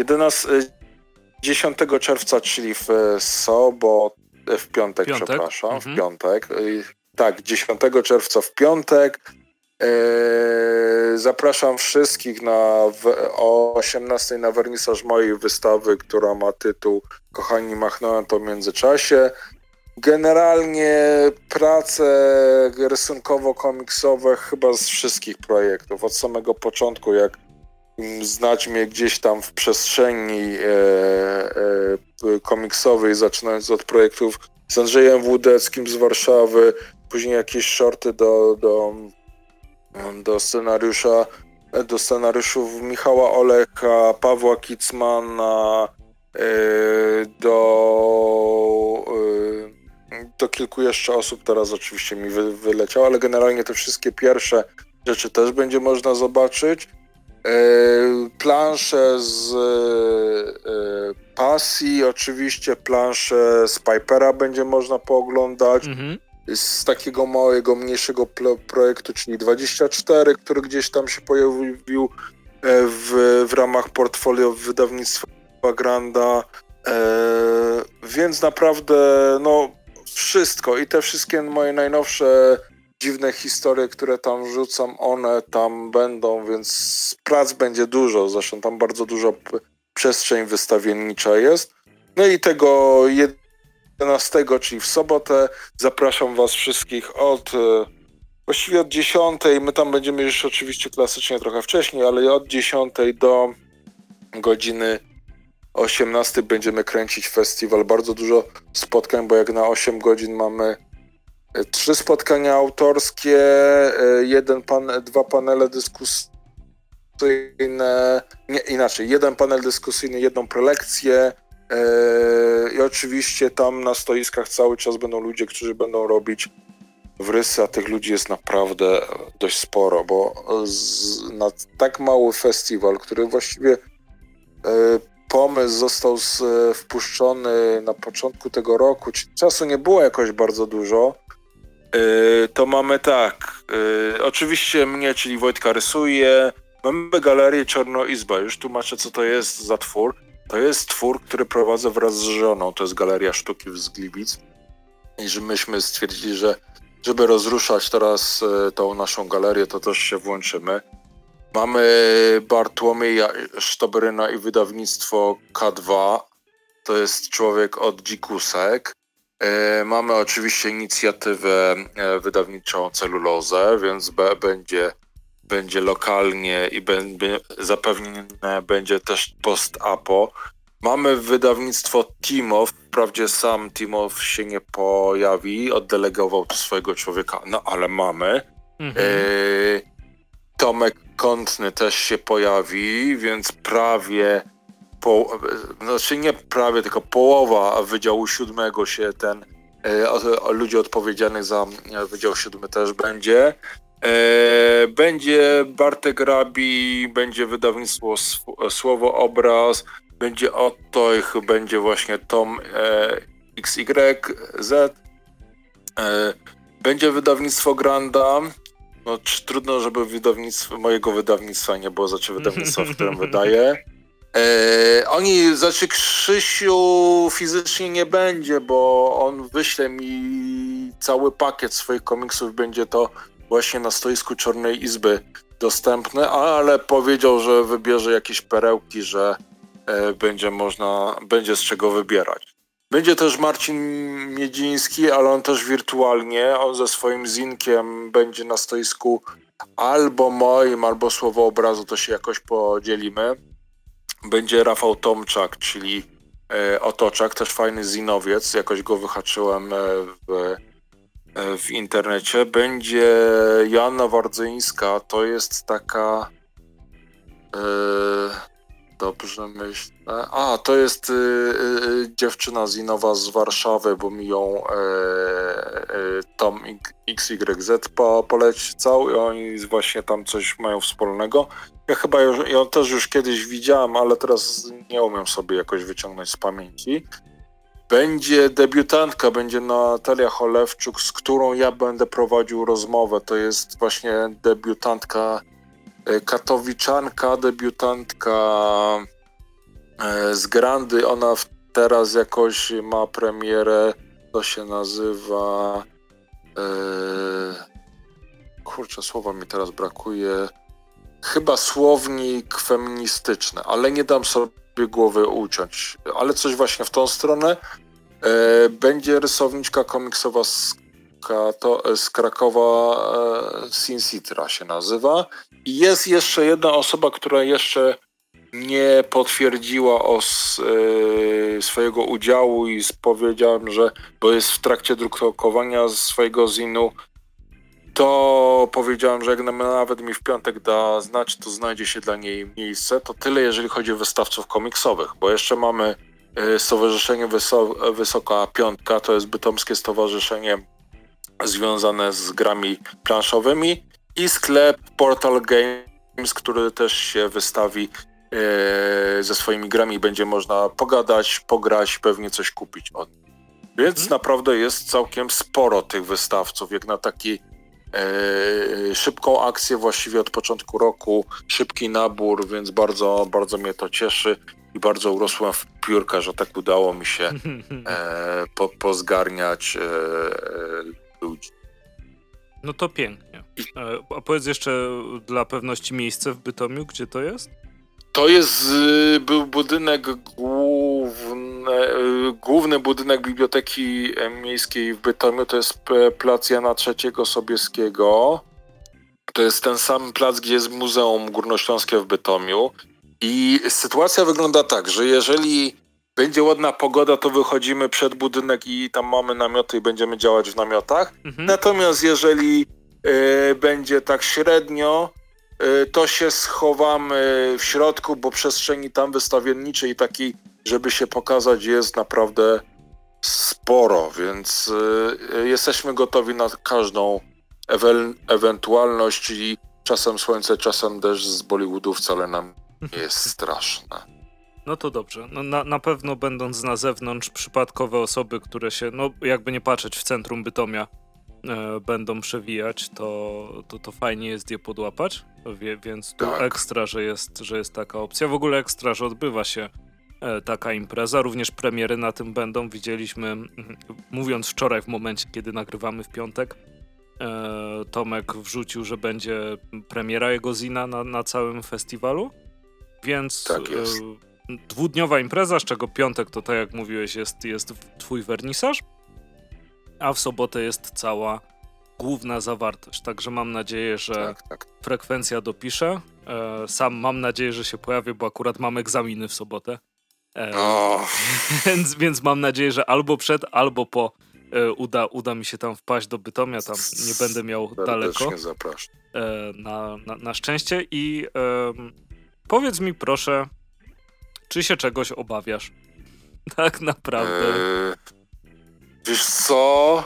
[SPEAKER 3] 10 czerwca, czyli w piątek, przepraszam, w piątek. Tak, 10 czerwca w piątek. Zapraszam wszystkich o 18 na wernisaż mojej wystawy, która ma tytuł Kochani, machnąłem po międzyczasie. Generalnie prace rysunkowo-komiksowe chyba z wszystkich projektów, od samego początku, jak znać mnie gdzieś tam w przestrzeni komiksowej, zaczynając od projektów z Andrzejem Włódeckim z Warszawy, później jakieś shorty do scenariuszów Michała Oleka, Pawła Kicmana, do kilku jeszcze osób, teraz oczywiście mi wyleciało, ale generalnie te wszystkie pierwsze rzeczy też będzie można zobaczyć. Plansze z Pasji, oczywiście plansze z Pipera będzie można pooglądać. Z takiego małego, mniejszego projektu, czyli 24, który gdzieś tam się pojawił w ramach portfolio wydawnictwa Granda. Więc naprawdę no wszystko i te wszystkie moje najnowsze dziwne historie, które tam wrzucam, one tam będą, więc prac będzie dużo, zresztą tam bardzo dużo przestrzeń wystawiennicza jest. No i tego 11, czyli w sobotę, zapraszam was wszystkich właściwie od 10, my tam będziemy już oczywiście klasycznie trochę wcześniej, ale od 10 do godziny 18 będziemy kręcić festiwal. Bardzo dużo spotkań, bo jak na 8 godzin mamy 3 spotkania autorskie, 2 panele dyskusyjne, jeden panel dyskusyjny, 1 prelekcję i oczywiście tam na stoiskach cały czas będą ludzie, którzy będą robić wrysy, a tych ludzi jest naprawdę dość sporo, bo na tak mały festiwal, który właściwie pomysł został wpuszczony na początku tego roku, czyli czasu nie było jakoś bardzo dużo, to mamy tak, oczywiście mnie, czyli Wojtka rysuje, mamy galerię Czarnoizba, już tłumaczę co to jest za twór. To jest twór, który prowadzę wraz z żoną, to jest Galeria Sztuki z Gliwic i że myśmy stwierdzili, że żeby rozruszać teraz tą naszą galerię, to też się włączymy. Mamy Bartłomieja Sztobryna i wydawnictwo K2, to jest człowiek od Dzikusek. Mamy oczywiście inicjatywę wydawniczą Celulozę, więc będzie lokalnie i zapewnione będzie też post-apo. Mamy wydawnictwo Timow, wprawdzie sam Timow się nie pojawi, oddelegował tu swojego człowieka, no ale mamy. Tomek Kątny też się pojawi, więc prawie, znaczy nie prawie, tylko połowa Wydziału 7 się ludzi odpowiedzialnych za Wydział 7 też będzie. Będzie Bartek Rabi, będzie wydawnictwo Słowo Obraz, będzie Ottoich, będzie właśnie Tom XYZ, będzie wydawnictwo Granda. No, trudno, żeby mojego wydawnictwa nie było, znaczy wydawnictwa, w którym wydaję. Krzysiu fizycznie nie będzie, bo on wyśle mi cały pakiet swoich komiksów, będzie to właśnie na stoisku Czarnej Izby dostępne, ale powiedział, że wybierze jakieś perełki, że będzie z czego wybierać. Będzie też Marcin Miedziński, ale on też wirtualnie, on ze swoim zinkiem będzie na stoisku albo moim, albo Słowo Obrazu, to się jakoś podzielimy. Będzie Rafał Tomczak, czyli Otoczak, też fajny zinowiec, jakoś go wyhaczyłem w internecie, będzie Joanna Wardzyńska. To jest taka... Dobrze myślę. To jest dziewczyna zinowa z Warszawy, bo mi ją Tom XYZ polecał i oni właśnie tam coś mają wspólnego. Ja chyba ją też już kiedyś widziałem, ale teraz nie umiem sobie jakoś wyciągnąć z pamięci. Będzie debiutantka, będzie Natalia Cholewczuk, z którą ja będę prowadził rozmowę. To jest właśnie debiutantka katowiczanka, debiutantka z Grandy. Ona teraz jakoś ma premierę, to się nazywa kurczę, słowa mi teraz brakuje, chyba słownik feministyczny, ale nie dam sobie głowy uciąć, ale coś właśnie w tą stronę. Będzie rysowniczka komiksowa z Krakowa, Sin Citra się nazywa. I jest jeszcze jedna osoba, która jeszcze nie potwierdziła swojego udziału i powiedziałem, że bo jest w trakcie drukowania swojego zinu, to powiedziałem, że jak nawet mi w piątek da znać, to znajdzie się dla niej miejsce. To tyle, jeżeli chodzi o wystawców komiksowych, bo jeszcze mamy Stowarzyszenie Wysoka Piątka, to jest bytomskie stowarzyszenie związane z grami planszowymi i sklep Portal Games, który też się wystawi ze swoimi grami, będzie można pogadać, pograć, pewnie coś kupić od nich. Więc naprawdę jest całkiem sporo tych wystawców, jak na taki szybką akcję właściwie od początku roku, szybki nabór, więc bardzo, bardzo mnie to cieszy i bardzo urosłem w piórka, że tak udało mi się pozgarniać ludzi.
[SPEAKER 1] No to pięknie. A powiedz jeszcze dla pewności miejsce w Bytomiu, gdzie to jest?
[SPEAKER 3] To był budynek główny budynek Biblioteki Miejskiej w Bytomiu, to jest plac Jana III Sobieskiego. To jest ten sam plac, gdzie jest Muzeum Górnośląskie w Bytomiu. I sytuacja wygląda tak, że jeżeli będzie ładna pogoda, to wychodzimy przed budynek i tam mamy namioty i będziemy działać w namiotach. Natomiast jeżeli będzie tak średnio, to się schowamy w środku, bo przestrzeni tam wystawienniczej takiej, żeby się pokazać, jest naprawdę sporo, więc jesteśmy gotowi na każdą ewentualność i czasem słońce, czasem deszcz z Bollywoodu wcale nam nie jest straszne.
[SPEAKER 1] No to dobrze. No na pewno będąc na zewnątrz przypadkowe osoby, które się, no jakby nie patrzeć, w centrum Bytomia będą przewijać, to fajnie jest je podłapać, więc tu
[SPEAKER 3] tak.
[SPEAKER 1] Ekstra, że jest taka opcja. W ogóle ekstra, że odbywa się taka impreza. Również premiery na tym będą. Widzieliśmy, mówiąc wczoraj w momencie, kiedy nagrywamy w piątek, Tomek wrzucił, że będzie premiera jego zina na całym festiwalu, więc
[SPEAKER 3] tak jest.
[SPEAKER 1] Dwudniowa impreza, z czego piątek to tak jak mówiłeś jest twój wernisaż, a w sobotę jest cała główna zawartość, także mam nadzieję, że frekwencja dopisze. Sam mam nadzieję, że się pojawię, bo akurat mam egzaminy w sobotę. Więc mam nadzieję, że albo przed, albo po uda mi się tam wpaść do Bytomia, tam nie będę miał daleko.
[SPEAKER 3] Zapraszam.
[SPEAKER 1] Na szczęście i powiedz mi proszę, czy się czegoś obawiasz? Tak naprawdę.
[SPEAKER 3] Wiesz co?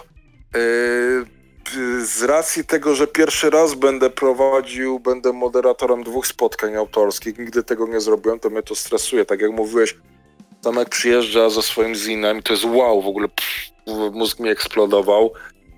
[SPEAKER 3] Z racji tego, że pierwszy raz będę moderatorem 2 spotkań autorskich, nigdy tego nie zrobiłem, to mnie to stresuje. Tak jak mówiłeś, Tomek przyjeżdża ze swoim zinem i to jest wow, w ogóle mózg mi eksplodował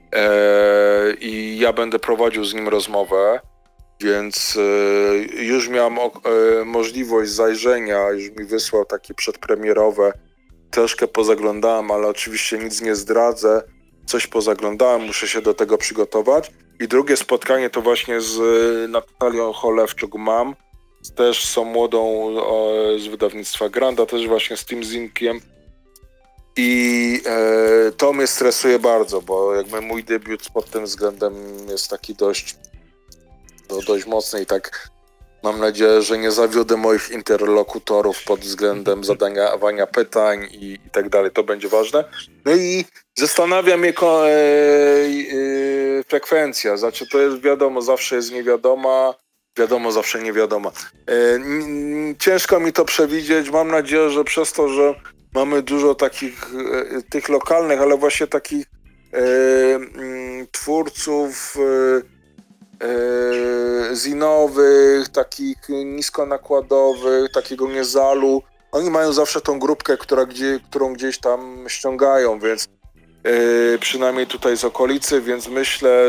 [SPEAKER 3] i ja będę prowadził z nim rozmowę, więc już miałem możliwość zajrzenia, już mi wysłał takie przedpremierowe, troszkę pozaglądałem, ale oczywiście nic nie zdradzę, coś pozaglądałem, muszę się do tego przygotować. I drugie spotkanie to właśnie z Natalią Cholewczuk mam, też są młodą z wydawnictwa Granda, też właśnie z tym zinkiem. I to mnie stresuje bardzo, bo jakby mój debiut pod tym względem jest taki dość mocny i tak Mam nadzieję, że nie zawiodę moich interlokutorów pod względem zadawania pytań i tak dalej. To będzie ważne. No i zastanawia mnie frekwencja. Znaczy to jest wiadomo, zawsze jest niewiadoma. Wiadomo, zawsze niewiadoma. Ciężko mi to przewidzieć. Mam nadzieję, że przez to, że mamy dużo takich tych lokalnych, ale właśnie takich twórców zinowych, takich niskonakładowych, takiego Niezalu. Oni mają zawsze tą grupkę, którą gdzieś tam ściągają, więc przynajmniej tutaj z okolicy, więc myślę,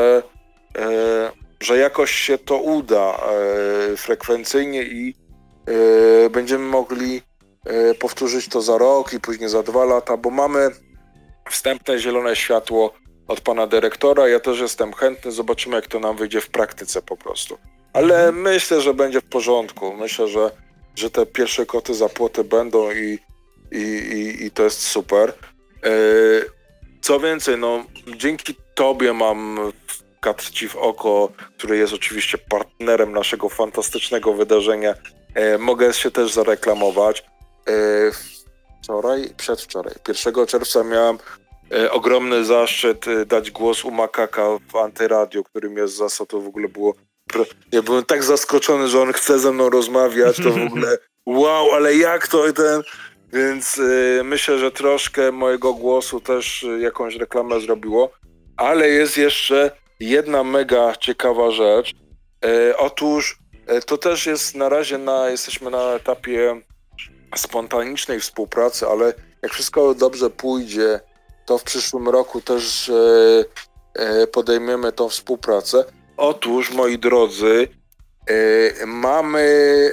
[SPEAKER 3] że jakoś się to uda frekwencyjnie i będziemy mogli powtórzyć to za rok i później za 2 lata, bo mamy wstępne zielone światło od pana dyrektora. Ja też jestem chętny, zobaczymy, jak to nam wyjdzie w praktyce po prostu. Ale myślę, że będzie w porządku. Myślę, że te pierwsze koty za płoty będą i to jest super. Co więcej, no dzięki tobie mam Kadr Ci w oko, który jest oczywiście partnerem naszego fantastycznego wydarzenia. Mogę się też zareklamować. Przedwczoraj, 1 czerwca miałem ogromny zaszczyt dać głos u Makaka w Antyradio, którym jest Zasa. To w ogóle było... Ja byłem tak zaskoczony, że on chce ze mną rozmawiać, to w ogóle wow, ale jak to ten... Więc myślę, że troszkę mojego głosu też jakąś reklamę zrobiło, ale jest jeszcze jedna mega ciekawa rzecz. Otóż to też jest na razie jesteśmy na etapie spontanicznej współpracy, ale jak wszystko dobrze pójdzie, to w przyszłym roku też podejmiemy tą współpracę. Otóż, moi drodzy, mamy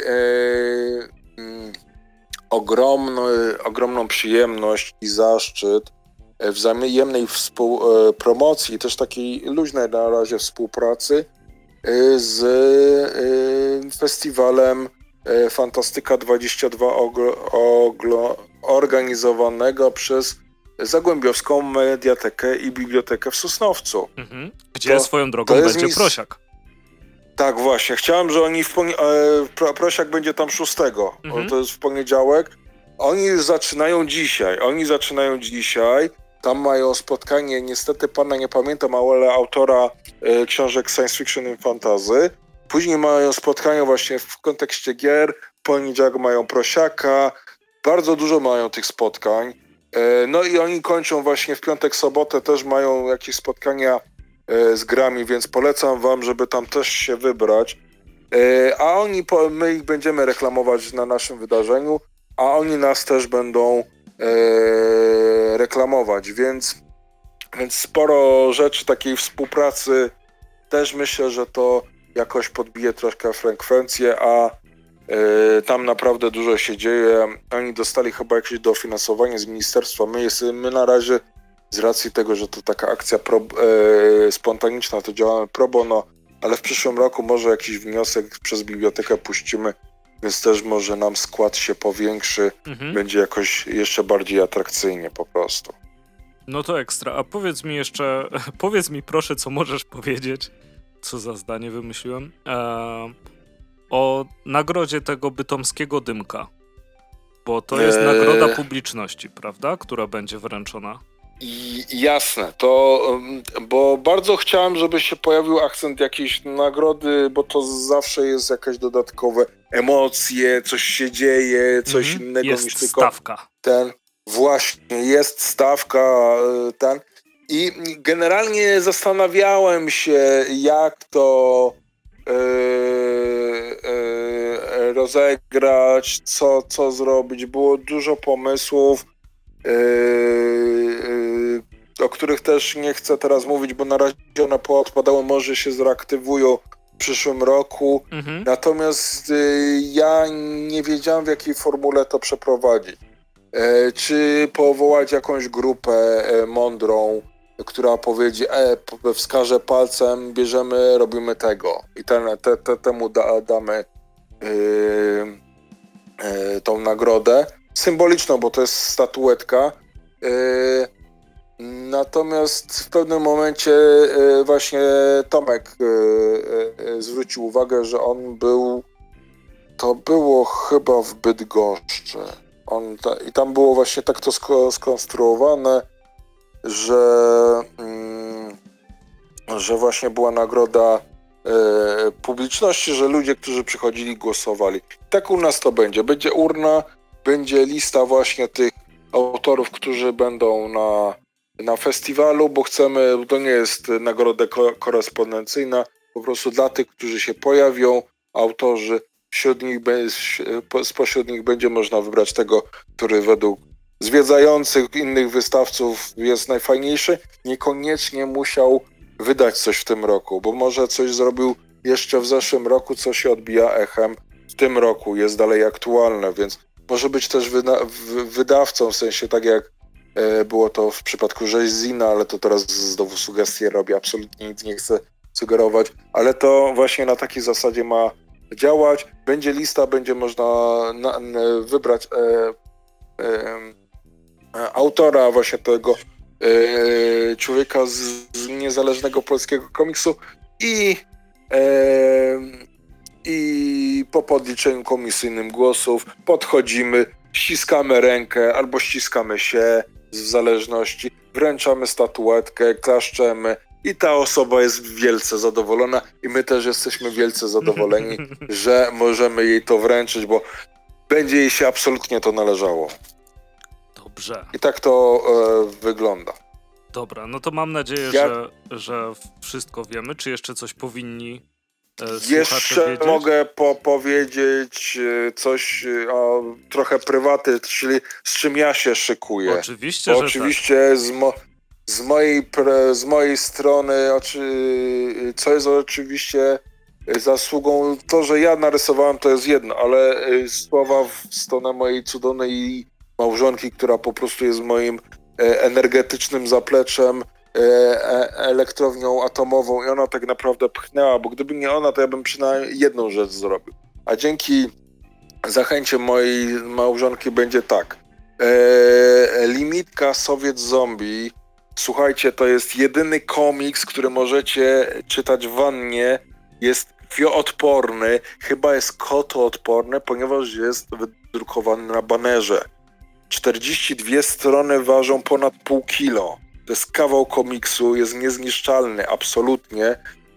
[SPEAKER 3] ogromną przyjemność i zaszczyt wzajemnej promocji, też takiej luźnej na razie współpracy z festiwalem Fantastyka 22 organizowanego przez Zagłębiowską Mediatekę i Bibliotekę w Sosnowcu.
[SPEAKER 1] Gdzie swoją drogą będzie Prosiak.
[SPEAKER 3] Tak, właśnie. Chciałem, że oni Prosiak będzie tam 6. To jest w poniedziałek. Oni zaczynają dzisiaj. Tam mają spotkanie, niestety pana nie pamiętam, ale autora książek science fiction i fantasy. Później mają spotkanie właśnie w kontekście gier. W poniedziałek mają Prosiaka. Bardzo dużo mają tych spotkań. No i oni kończą właśnie w piątek, sobotę też mają jakieś spotkania z grami, więc polecam wam, żeby tam też się wybrać. A my ich będziemy reklamować na naszym wydarzeniu, a oni nas też będą reklamować, więc sporo rzeczy takiej współpracy. Też myślę, że to jakoś podbije troszkę frekwencję, a tam naprawdę dużo się dzieje. Oni dostali chyba jakieś dofinansowanie z ministerstwa. My na razie z racji tego, że to taka akcja spontaniczna, to działamy pro bono, ale w przyszłym roku może jakiś wniosek przez bibliotekę puścimy, więc też może nam skład się powiększy, będzie jakoś jeszcze bardziej atrakcyjnie po prostu.
[SPEAKER 1] No to ekstra. A powiedz mi proszę, co możesz powiedzieć, co za zdanie wymyśliłem, o nagrodzie tego bytomskiego Dymka, bo to jest nagroda publiczności, prawda, która będzie wręczona.
[SPEAKER 3] Jasne, to bo bardzo chciałem, żeby się pojawił akcent jakiejś nagrody, bo to zawsze jest jakieś dodatkowe emocje, coś się dzieje, coś innego
[SPEAKER 1] jest
[SPEAKER 3] niż tylko
[SPEAKER 1] stawka.
[SPEAKER 3] Właśnie, jest stawka i generalnie zastanawiałem się, jak to rozegrać, co zrobić. Było dużo pomysłów, o których też nie chcę teraz mówić, bo na razie one poodpadały, może się zreaktywują w przyszłym roku. Natomiast ja nie wiedziałem, w jakiej formule to przeprowadzić. Czy powołać jakąś grupę mądrą, która powiedzie, wskaże palcem, bierzemy, robimy tego i temu damy tą nagrodę symboliczną, bo to jest statuetka. Natomiast w pewnym momencie właśnie Tomek zwrócił uwagę, że on był To było chyba w Bydgoszczy. I tam było właśnie tak to skonstruowane, że właśnie była nagroda publiczności, że ludzie, którzy przychodzili, głosowali. Tak u nas to będzie. Będzie urna, będzie lista właśnie tych autorów, którzy będą na festiwalu, bo chcemy, to nie jest nagroda korespondencyjna, po prostu dla tych, którzy się pojawią, autorzy, spośród nich będzie można wybrać tego, który według zwiedzających innych wystawców jest najfajniejszy. Niekoniecznie musiał wydać coś w tym roku, bo może coś zrobił jeszcze w zeszłym roku, co się odbija echem w tym roku, jest dalej aktualne, więc może być też wydawcą, w sensie tak jak było to w przypadku Rzeźzina, ale to teraz znowu sugestie robię, absolutnie nic nie chcę sugerować, ale to właśnie na takiej zasadzie ma działać. Będzie lista, będzie można wybrać autora właśnie tego człowieka z niezależnego polskiego komiksu i po podliczeniu komisyjnym głosów podchodzimy, ściskamy rękę albo ściskamy się w zależności, wręczamy statuetkę, klaszczemy i ta osoba jest wielce zadowolona i my też jesteśmy wielce zadowoleni, że możemy jej to wręczyć, bo będzie jej się absolutnie to należało.
[SPEAKER 1] Dobrze.
[SPEAKER 3] I tak to wygląda.
[SPEAKER 1] Dobra, no to mam nadzieję, że wszystko wiemy. Czy jeszcze coś powinni
[SPEAKER 3] jeszcze
[SPEAKER 1] wiedzieć?
[SPEAKER 3] Mogę powiedzieć coś o trochę prywaty, czyli z czym ja się szykuję.
[SPEAKER 1] Oczywiście, że
[SPEAKER 3] oczywiście
[SPEAKER 1] tak.
[SPEAKER 3] Z mojej strony, co jest oczywiście zasługą, to, że ja narysowałem, to jest jedno, ale słowa w stronę mojej cudownej małżonki, która po prostu jest moim energetycznym zapleczem, elektrownią atomową i ona tak naprawdę pchnęła, bo gdyby nie ona, to ja bym przynajmniej jedną rzecz zrobił. A dzięki zachęcie mojej małżonki będzie tak. Limitka Sowiet Zombie. Słuchajcie, to jest jedyny komiks, który możecie czytać w wannie. Jest krwioodporny, chyba jest kotoodporny, ponieważ jest wydrukowany na banerze. 42 strony ważą ponad pół kilo. To jest kawał komiksu, jest niezniszczalny, absolutnie.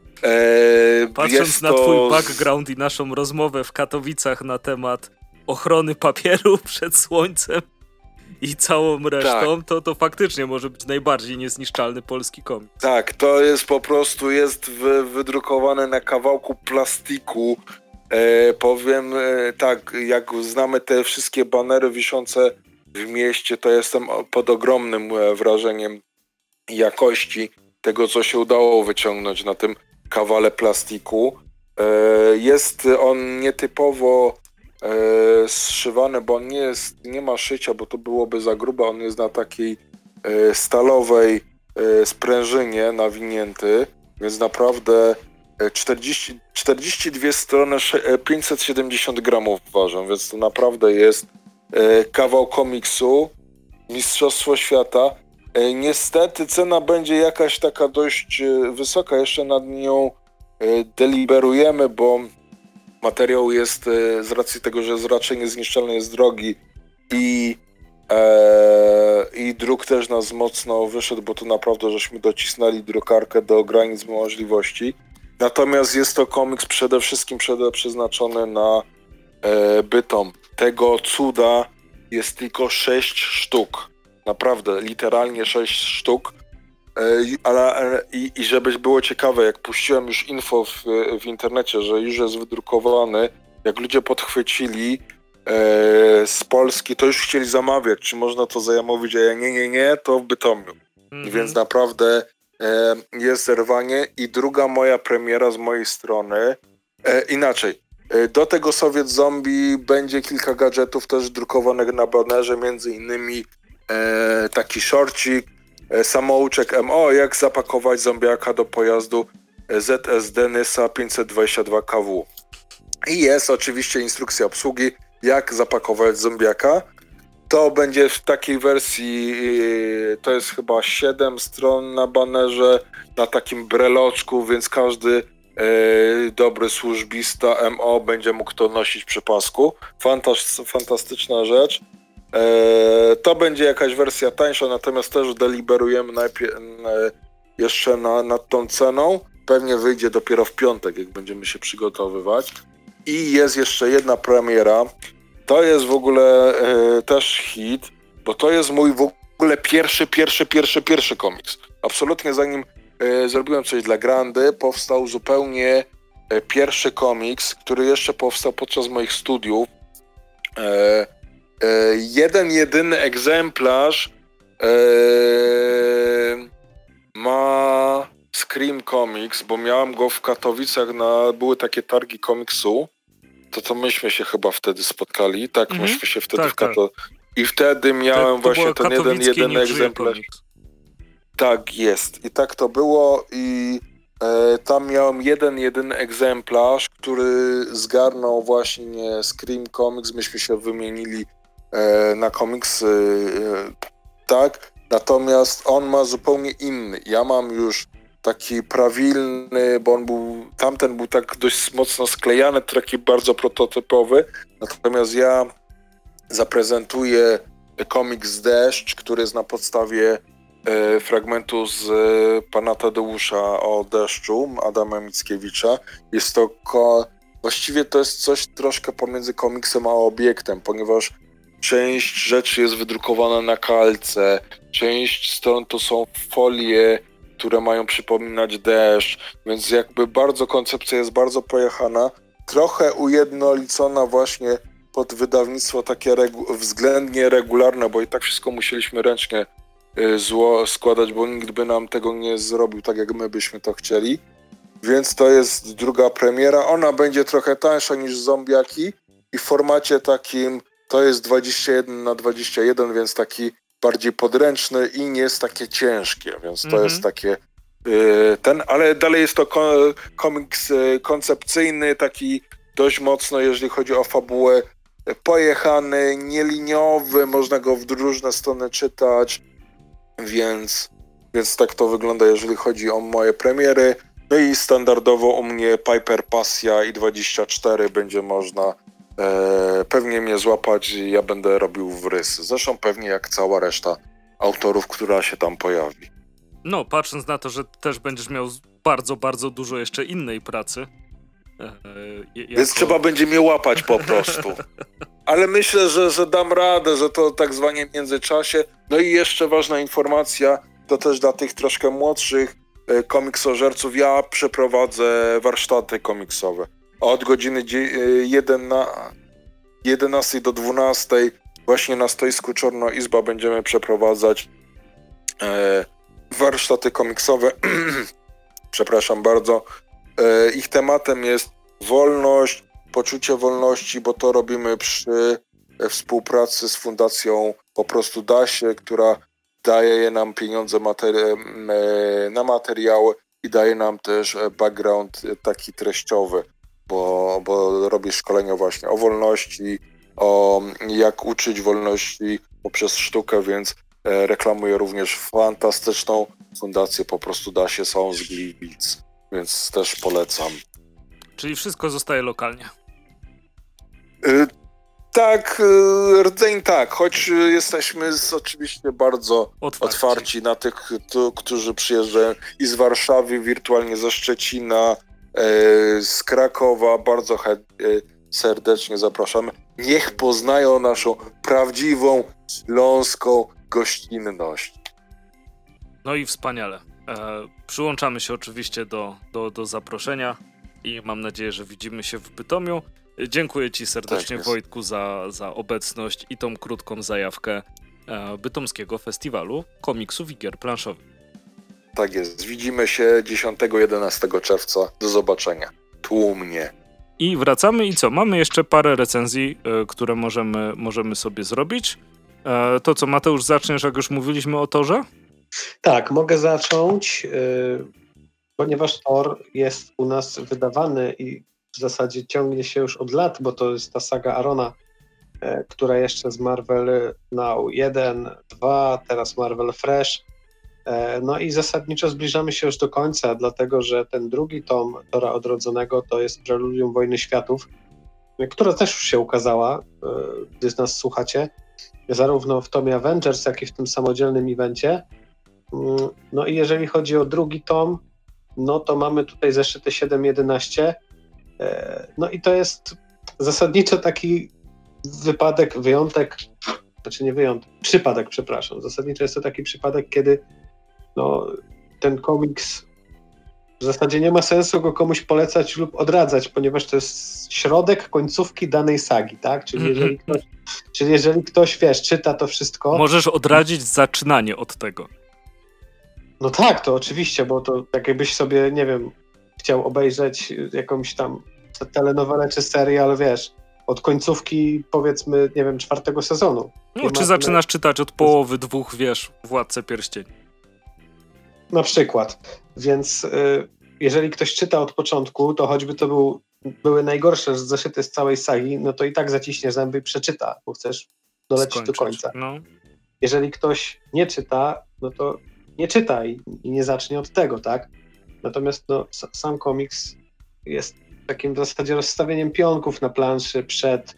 [SPEAKER 1] Patrząc na twój background i naszą rozmowę w Katowicach na temat ochrony papieru przed słońcem i całą resztą, tak. to faktycznie może być najbardziej niezniszczalny polski komiks.
[SPEAKER 3] Tak, to jest po prostu, jest wydrukowane na kawałku plastiku. Powiem tak, jak znamy te wszystkie banery wiszące w mieście, to jestem pod ogromnym wrażeniem jakości tego, co się udało wyciągnąć na tym kawale plastiku. Jest on nietypowo zszywany, bo on nie ma szycia, bo to byłoby za grube. On jest na takiej stalowej sprężynie nawinięty, więc naprawdę 42 strony, 570 gramów ważą, więc to naprawdę jest kawał komiksu, mistrzostwo świata. Niestety cena będzie jakaś taka dość wysoka, jeszcze nad nią deliberujemy, bo materiał jest z racji tego, że jest raczej niezniszczalny, jest drogi i druk też nas mocno wyszedł, bo tu naprawdę żeśmy docisnęli drukarkę do granic możliwości. Natomiast jest to komiks przede wszystkim przeznaczony na Bytom. Tego cuda jest tylko 6 sztuk. Naprawdę, literalnie 6 sztuk. I żeby było ciekawe, jak puściłem już info w internecie, że już jest wydrukowany, jak ludzie podchwycili z Polski, to już chcieli zamawiać, czy można to zamówić, a ja nie, to w Bytomiu. Więc naprawdę jest zerwanie. I druga moja premiera z mojej strony, inaczej, do tego Sowiet Zombie będzie kilka gadżetów też drukowanych na banerze, między innymi taki szorcik, samouczek MO, jak zapakować zombiaka do pojazdu ZSD Nysa 522 kW. I jest oczywiście instrukcja obsługi, jak zapakować zombiaka. To będzie w takiej wersji, to jest chyba 7 stron na banerze, na takim breloczku, więc każdy dobry służbista MO będzie mógł to nosić przy pasku. Fantastyczna rzecz. To będzie jakaś wersja tańsza, natomiast też deliberujemy najpierw jeszcze nad tą ceną. Pewnie wyjdzie dopiero w piątek, jak będziemy się przygotowywać. I jest jeszcze jedna premiera. To jest w ogóle też hit, bo to jest mój w ogóle pierwszy komiks. Absolutnie zanim zrobiłem coś dla Grandy, powstał zupełnie pierwszy komiks, który jeszcze powstał podczas moich studiów. Jeden jedyny egzemplarz ma Scream Comics, bo miałem go w Katowicach, były takie targi komiksu. To myśmy się chyba wtedy spotkali. Tak, myśmy się wtedy w Katowicach. I wtedy miałem właśnie ten jedyny egzemplarz. Tak jest. I tak to było i tam miałem jedyny egzemplarz, który zgarnął właśnie Scream Comics. Myśmy się wymienili na komiksy, tak. Natomiast on ma zupełnie inny. Ja mam już taki prawilny, bo tamten był tak dość mocno sklejany, taki bardzo prototypowy. Natomiast ja zaprezentuję komiks Deszcz, który jest na podstawie fragmentu z pana Tadeusza o deszczu, Adama Mickiewicza. Jest to właściwie to jest coś troszkę pomiędzy komiksem a obiektem, ponieważ część rzeczy jest wydrukowana na kalce, część stron to są folie, które mają przypominać deszcz, więc jakby koncepcja jest bardzo pojechana, trochę ujednolicona właśnie pod wydawnictwo takie względnie regularne, bo i tak wszystko musieliśmy ręcznie składać, bo nikt by nam tego nie zrobił tak, jak my byśmy to chcieli. Więc to jest druga premiera. Ona będzie trochę tańsza niż Zombiaki i w formacie takim to jest 21x21, więc taki bardziej podręczny i nie jest takie ciężkie, więc to jest takie ale dalej jest to komiks koncepcyjny, taki dość mocno, jeżeli chodzi o fabułę, pojechany, nieliniowy, można go w różne strony czytać, więc tak to wygląda, jeżeli chodzi o moje premiery. No i standardowo u mnie Piper Pasja i 24 będzie można pewnie mnie złapać, ja będę robił wrysy. Zresztą pewnie jak cała reszta autorów, która się tam pojawi.
[SPEAKER 1] No, patrząc na to, że też będziesz miał bardzo, bardzo dużo jeszcze innej pracy.
[SPEAKER 3] Więc trzeba będzie mnie łapać po prostu. Ale myślę, że dam radę, że to tak zwanie w międzyczasie. No i jeszcze ważna informacja, to też dla tych troszkę młodszych komiksożerców. Ja przeprowadzę warsztaty komiksowe. Od godziny 11 do 12 właśnie na stoisku Czorno Izba będziemy przeprowadzać warsztaty komiksowe. Przepraszam bardzo. Ich tematem jest wolność, poczucie wolności, bo to robimy przy współpracy z Fundacją Po prostu Da się, która daje nam pieniądze na materiały i daje nam też background taki treściowy, bo robię szkolenia właśnie o wolności, o jak uczyć wolności poprzez sztukę, więc reklamuję również fantastyczną Fundację Po prostu Da się, są z Gliwic, więc też polecam.
[SPEAKER 1] Czyli wszystko zostaje lokalnie.
[SPEAKER 3] Tak, rdzeń tak, choć jesteśmy oczywiście bardzo otwarci na tych, którzy przyjeżdżają i z Warszawy, wirtualnie ze Szczecina, z Krakowa, bardzo serdecznie zapraszamy. Niech poznają naszą prawdziwą śląską gościnność.
[SPEAKER 1] No i wspaniale. Przyłączamy się oczywiście do zaproszenia i mam nadzieję, że widzimy się w Bytomiu. Dziękuję ci serdecznie, tak Wojtku, za obecność i tą krótką zajawkę Bytomskiego Festiwalu Komiksów i Gier Planszowych.
[SPEAKER 3] Tak jest. Widzimy się 10-11 czerwca. Do zobaczenia. Tłumnie.
[SPEAKER 1] I wracamy i co? Mamy jeszcze parę recenzji, które możemy sobie zrobić. To co, Mateusz, zaczniesz, jak już mówiliśmy o Torze?
[SPEAKER 2] Tak, mogę zacząć, ponieważ Tor jest u nas wydawany i w zasadzie ciągnie się już od lat, bo to jest ta saga Arona, która jeszcze z Marvel Now 1, 2, teraz Marvel Fresh. No i zasadniczo zbliżamy się już do końca, dlatego że ten drugi tom Tora Odrodzonego to jest Preludium Wojny Światów, która też już się ukazała, gdy z nas słuchacie, zarówno w tomie Avengers, jak i w tym samodzielnym evencie. No i jeżeli chodzi o drugi tom, no to mamy tutaj zeszyty 7-11. No i to jest zasadniczo taki przypadek, przepraszam. Zasadniczo jest to taki przypadek, kiedy no, ten komiks w zasadzie nie ma sensu go komuś polecać lub odradzać, ponieważ to jest środek końcówki danej sagi, tak? Czyli jeżeli ktoś, wiesz, czyta to wszystko...
[SPEAKER 1] Możesz odradzić zaczynanie od tego.
[SPEAKER 2] No tak, to oczywiście, bo to tak jakbyś sobie, nie wiem, chciał obejrzeć jakąś tam telenowelę czy serial, wiesz, od końcówki, powiedzmy, nie wiem, 4. sezonu.
[SPEAKER 1] No, czy zaczynasz czytać od połowy 2, wiesz, Władcę Pierścieni.
[SPEAKER 2] Na przykład. Więc jeżeli ktoś czyta od początku, to choćby to były najgorsze zeszyty z całej sagi, no to i tak zaciśnie zęby i przeczyta, bo chcesz dolecieć do końca.
[SPEAKER 1] No.
[SPEAKER 2] Jeżeli ktoś nie czyta, no to nie czyta i nie zacznie od tego, tak? Natomiast no, sam komiks jest takim w zasadzie rozstawieniem pionków na planszy przed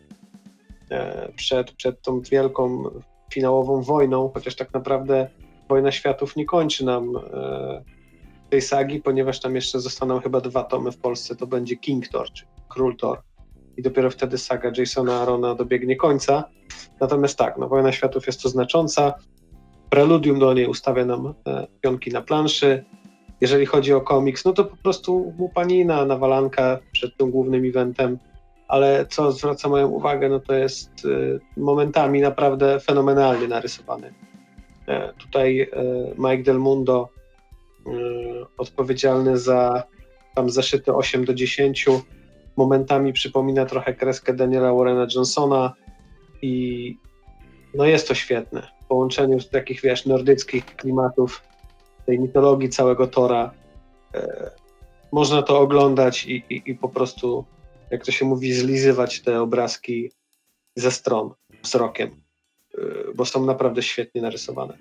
[SPEAKER 2] tą wielką finałową wojną, chociaż tak naprawdę Wojna Światów nie kończy nam tej sagi, ponieważ tam jeszcze zostaną chyba 2 tomy w Polsce, to będzie King Thor, czyli Król Thor. I dopiero wtedy saga Jasona Aarona dobiegnie końca. Natomiast tak, no, Wojna Światów jest to znacząca. Preludium do niej ustawia nam pionki na planszy. Jeżeli chodzi o komiks, no to po prostu łupanina, nawalanka przed tym głównym eventem, ale co zwraca moją uwagę, no to jest momentami naprawdę fenomenalnie narysowany. Tutaj Mike Del Mundo, odpowiedzialny za tam zeszyty 8-10, momentami przypomina trochę kreskę Daniela Warrena Johnsona i no jest to świetne. W połączeniu z takich, wiesz, nordyckich klimatów, tej mitologii całego Tora. Można to oglądać i po prostu, jak to się mówi, zlizywać te obrazki ze stron wzrokiem, bo są naprawdę świetnie narysowane.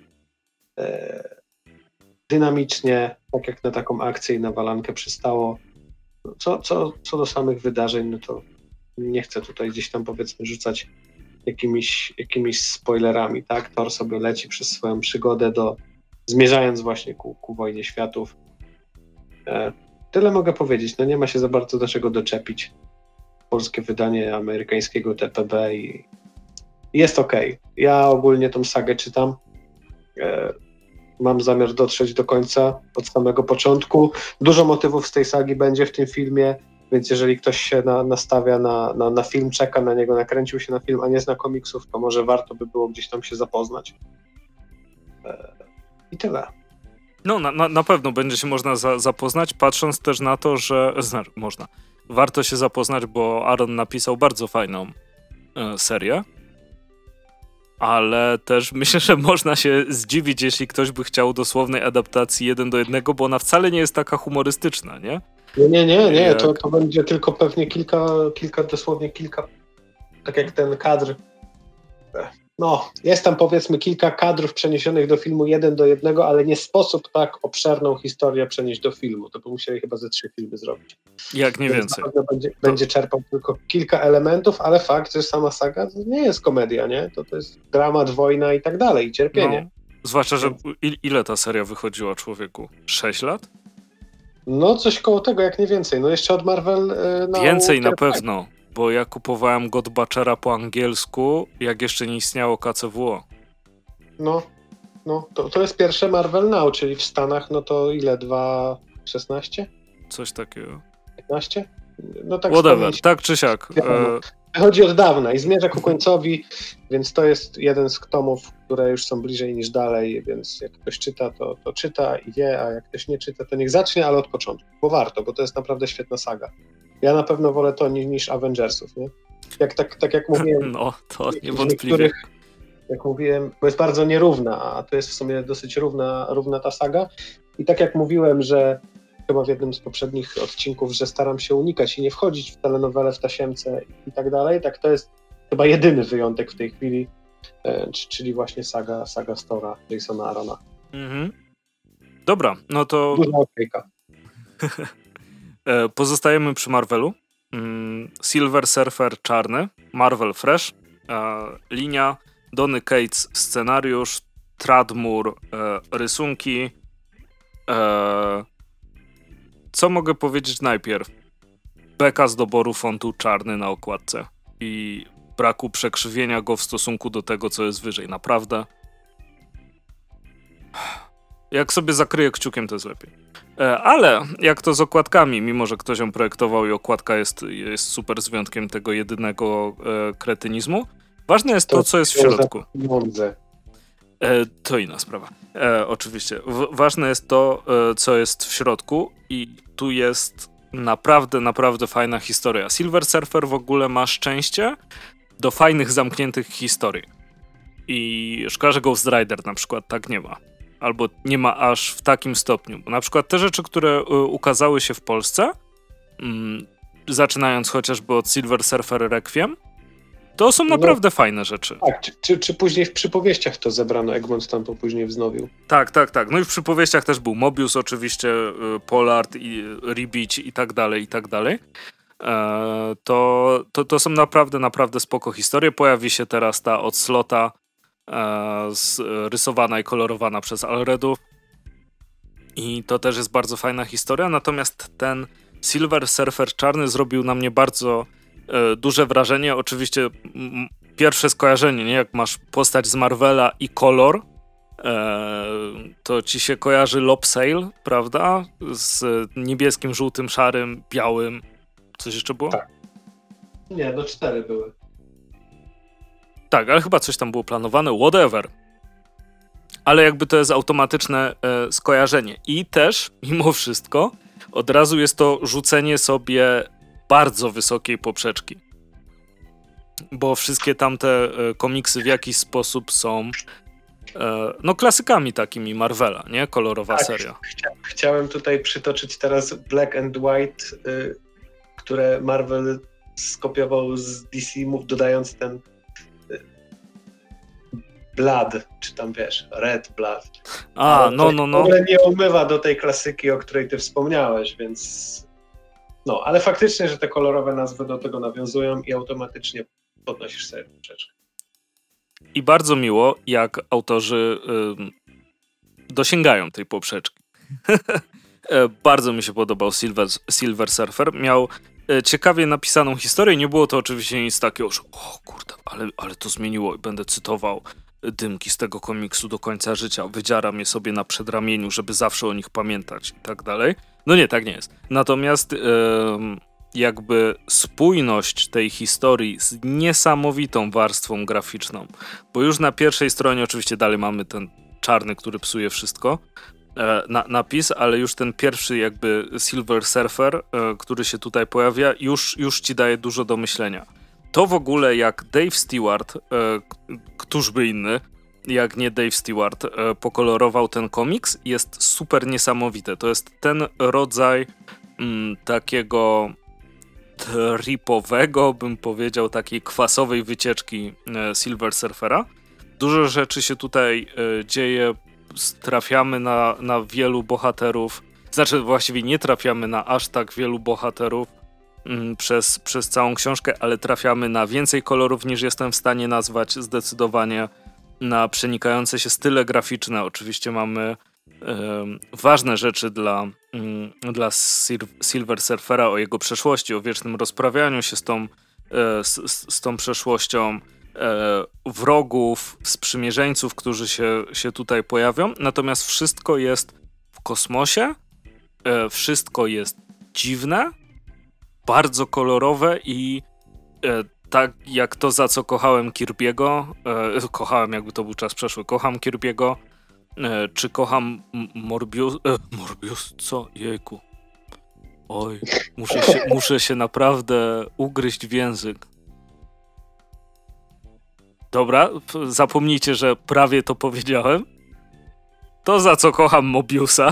[SPEAKER 2] Dynamicznie, tak jak na taką akcję i na walankę przystało. Co do samych wydarzeń, no to nie chcę tutaj gdzieś tam, powiedzmy, rzucać jakimiś spoilerami, tak? Thor sobie leci przez swoją przygodę zmierzając właśnie ku Wojnie Światów. Tyle mogę powiedzieć, no nie ma się za bardzo do czego doczepić. Polskie wydanie amerykańskiego TPB i jest okej. Ja ogólnie tą sagę czytam. Mam zamiar dotrzeć do końca, od samego początku. Dużo motywów z tej sagi będzie w tym filmie, więc jeżeli ktoś się nastawia na film, czeka na niego, nakręcił się na film, a nie zna komiksów, to może warto by było gdzieś tam się zapoznać. I tyle.
[SPEAKER 1] No, na pewno będzie się można zapoznać, patrząc też na to, że... można. Warto się zapoznać, bo Aaron napisał bardzo fajną serię, ale też myślę, że można się zdziwić, jeśli ktoś by chciał dosłownej adaptacji 1:1, bo ona wcale nie jest taka humorystyczna, nie?
[SPEAKER 2] Nie. To będzie tylko pewnie dosłownie kilka, tak jak ten kadr. No, jest tam, powiedzmy, kilka kadrów przeniesionych do filmu 1:1, ale nie sposób tak obszerną historię przenieść do filmu. To by musieli chyba ze 3 filmy zrobić.
[SPEAKER 1] Jak nie więcej.
[SPEAKER 2] Będzie czerpał tylko kilka elementów, ale fakt, że sama saga to nie jest komedia, nie? To jest dramat, wojna i tak dalej, i cierpienie.
[SPEAKER 1] No, zwłaszcza, że ile ta seria wychodziła, człowieku? 6 lat?
[SPEAKER 2] No, coś koło tego, jak nie więcej. No, jeszcze od Marvel...
[SPEAKER 1] Więcej na pewno, bo ja kupowałem God Butchera po angielsku, jak jeszcze nie istniało KCWO.
[SPEAKER 2] No, to jest pierwsze Marvel Now, czyli w Stanach, no to ile? 2,16?
[SPEAKER 1] Coś takiego.
[SPEAKER 2] 15? No tak.
[SPEAKER 1] Whatever, tak czy siak.
[SPEAKER 2] Wychodzi od dawna i zmierza ku końcowi, więc to jest jeden z tomów, które już są bliżej niż dalej, więc jak ktoś czyta, to czyta i wie, a jak ktoś nie czyta, to niech zacznie, ale od początku, bo warto, bo to jest naprawdę świetna saga. Ja na pewno wolę to niż Avengersów, nie? Tak jak mówiłem...
[SPEAKER 1] No, to niewątpliwie.
[SPEAKER 2] Jak mówiłem, bo jest bardzo nierówna, a to jest w sumie dosyć równa ta saga. I tak jak mówiłem, że chyba w jednym z poprzednich odcinków, że staram się unikać i nie wchodzić w telenowelę w tasiemce i tak dalej, tak to jest chyba jedyny wyjątek w tej chwili, czyli właśnie saga z Thora Jasona Aarona.
[SPEAKER 1] Mhm. Dobra, no to
[SPEAKER 2] Duża okejka.
[SPEAKER 1] pozostajemy przy Marvelu. Silver Surfer czarny, Marvel Fresh, linia, Donny Cates scenariusz, Tradmur rysunki. Co mogę powiedzieć najpierw? Beka z doboru fontu czarny na okładce i braku przekrzywienia go w stosunku do tego, co jest wyżej. Naprawdę. Jak sobie zakryję kciukiem, to jest lepiej. Ale jak to z okładkami, mimo że ktoś ją projektował i okładka jest super z wyjątkiem tego jedynego kretynizmu, ważne jest to, co jest w środku. To inna sprawa. Oczywiście. Ważne jest to, co jest w środku i tu jest naprawdę fajna historia. Silver Surfer w ogóle ma szczęście do fajnych, zamkniętych historii. I szkoda, że Ghost Rider na przykład tak nie ma. Albo nie ma aż w takim stopniu. Bo na przykład te rzeczy, które ukazały się w Polsce, zaczynając chociażby od Silver Surfer Requiem, to są naprawdę fajne rzeczy.
[SPEAKER 2] Tak, czy później w przypowieściach to zebrano, Egmont tam to później wznowił.
[SPEAKER 1] Tak. No i w przypowieściach też był Mobius oczywiście, Pollard i Ribić i tak dalej. To są naprawdę spoko historie. Pojawi się teraz ta od Slota rysowana i kolorowana przez Alredów. I to też jest bardzo fajna historia. Natomiast ten Silver Surfer czarny zrobił na mnie bardzo duże wrażenie. Oczywiście pierwsze skojarzenie, nie? Jak masz postać z Marvela i kolor, to ci się kojarzy Lobsail, prawda? Z niebieskim, żółtym, szarym, białym. Coś jeszcze było?
[SPEAKER 2] Tak. Nie, 4 były.
[SPEAKER 1] Tak, ale chyba coś tam było planowane, whatever. Ale jakby to jest automatyczne skojarzenie. I też, mimo wszystko, od razu jest to rzucenie sobie bardzo wysokiej poprzeczki. Bo wszystkie tamte komiksy w jakiś sposób są klasykami takimi Marvela, nie? Kolorowa seria.
[SPEAKER 2] Chciałem tutaj przytoczyć teraz Black and White, które Marvel skopiował z DC, dodając ten Blood, czy tam wiesz, Red Blood.
[SPEAKER 1] No.
[SPEAKER 2] W ogóle nie umywa do tej klasyki, o której ty wspomniałeś, więc ale faktycznie, że te kolorowe nazwy do tego nawiązują i automatycznie podnosisz sobie poprzeczkę. I
[SPEAKER 1] bardzo miło, jak autorzy dosięgają tej poprzeczki. Bardzo mi się podobał Silver Surfer. Miał ciekawie napisaną historię. Nie było to oczywiście nic takiego, że o kurde, ale to zmieniło i będę cytował dymki z tego komiksu do końca życia. Wydzieram je sobie na przedramieniu, żeby zawsze o nich pamiętać i tak dalej. No nie, tak nie jest. Natomiast jakby spójność tej historii z niesamowitą warstwą graficzną, bo już na pierwszej stronie oczywiście dalej mamy ten czarny, który psuje wszystko, napis, ale już ten pierwszy jakby Silver Surfer, który się tutaj pojawia, już ci daje dużo do myślenia. To w ogóle jak Dave Stewart, któż by inny, jak nie Dave Stewart, pokolorował ten komiks, jest super niesamowite. To jest ten rodzaj takiego tripowego, bym powiedział, takiej kwasowej wycieczki Silver Surfera. Dużo rzeczy się tutaj dzieje, trafiamy na wielu bohaterów, znaczy właściwie nie trafiamy na aż tak wielu bohaterów przez całą książkę, ale trafiamy na więcej kolorów niż jestem w stanie nazwać zdecydowanie, na przenikające się style graficzne. Oczywiście mamy ważne rzeczy dla Silver Surfera, o jego przeszłości, o wiecznym rozprawianiu się z tą przeszłością, wrogów, sprzymierzeńców, którzy się tutaj pojawią. Natomiast wszystko jest w kosmosie, wszystko jest dziwne, bardzo kolorowe i tak jak to, za co kochałem Kirby'ego, kochałem, jakby to był czas przeszły, kocham Kirby'ego, czy kocham Morbius, co? Jejku. Oj, muszę się naprawdę ugryźć w język. Dobra, zapomnijcie, że prawie to powiedziałem. To, za co kocham Mobiusa.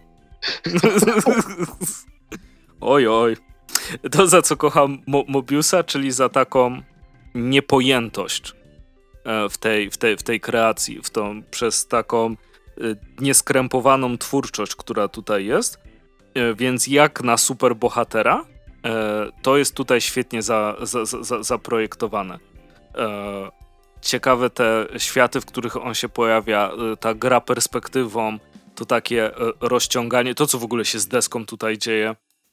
[SPEAKER 1] Oj. To, za co kocham Mobiusa, czyli za taką niepojętość w tej kreacji, przez taką nieskrępowaną twórczość, która tutaj jest, więc jak na superbohatera to jest tutaj świetnie zaprojektowane. Ciekawe te światy, w których on się pojawia, ta gra perspektywą, to takie rozciąganie, to co w ogóle się z deską tutaj dzieje,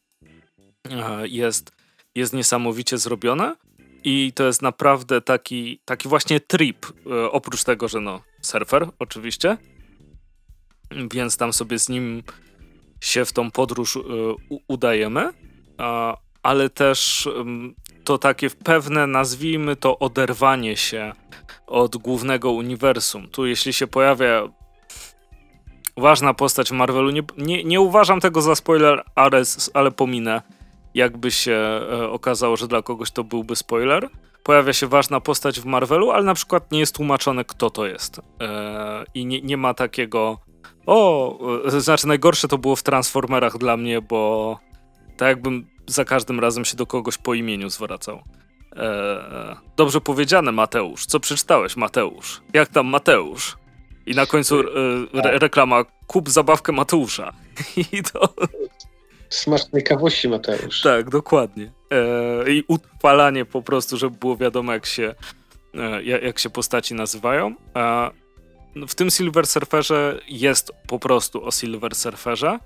[SPEAKER 1] jest niesamowicie zrobione i to jest naprawdę taki właśnie trip, oprócz tego, że surfer oczywiście, więc tam sobie z nim się w tą podróż udajemy, ale też to takie pewne, nazwijmy to, oderwanie się od głównego uniwersum. Tu jeśli się pojawia ważna postać w Marvelu, nie uważam tego za spoiler, ale pominę, jakby się okazało, że dla kogoś to byłby spoiler. Pojawia się ważna postać w Marvelu, ale na przykład nie jest tłumaczone, kto to jest. I nie ma takiego znaczy najgorsze to było w Transformerach dla mnie, bo tak jakbym za każdym razem się do kogoś po imieniu zwracał. Dobrze powiedziane, Mateusz. Co przeczytałeś, Mateusz? Jak tam Mateusz? I na końcu reklama, kup zabawkę Mateusza. I to...
[SPEAKER 2] Smacznej kawusi, Mateusz.
[SPEAKER 1] Tak, dokładnie. I utrwalanie po prostu, żeby było wiadomo, jak się postaci nazywają. W tym Silver Surferze jest po prostu o Silver Surferze.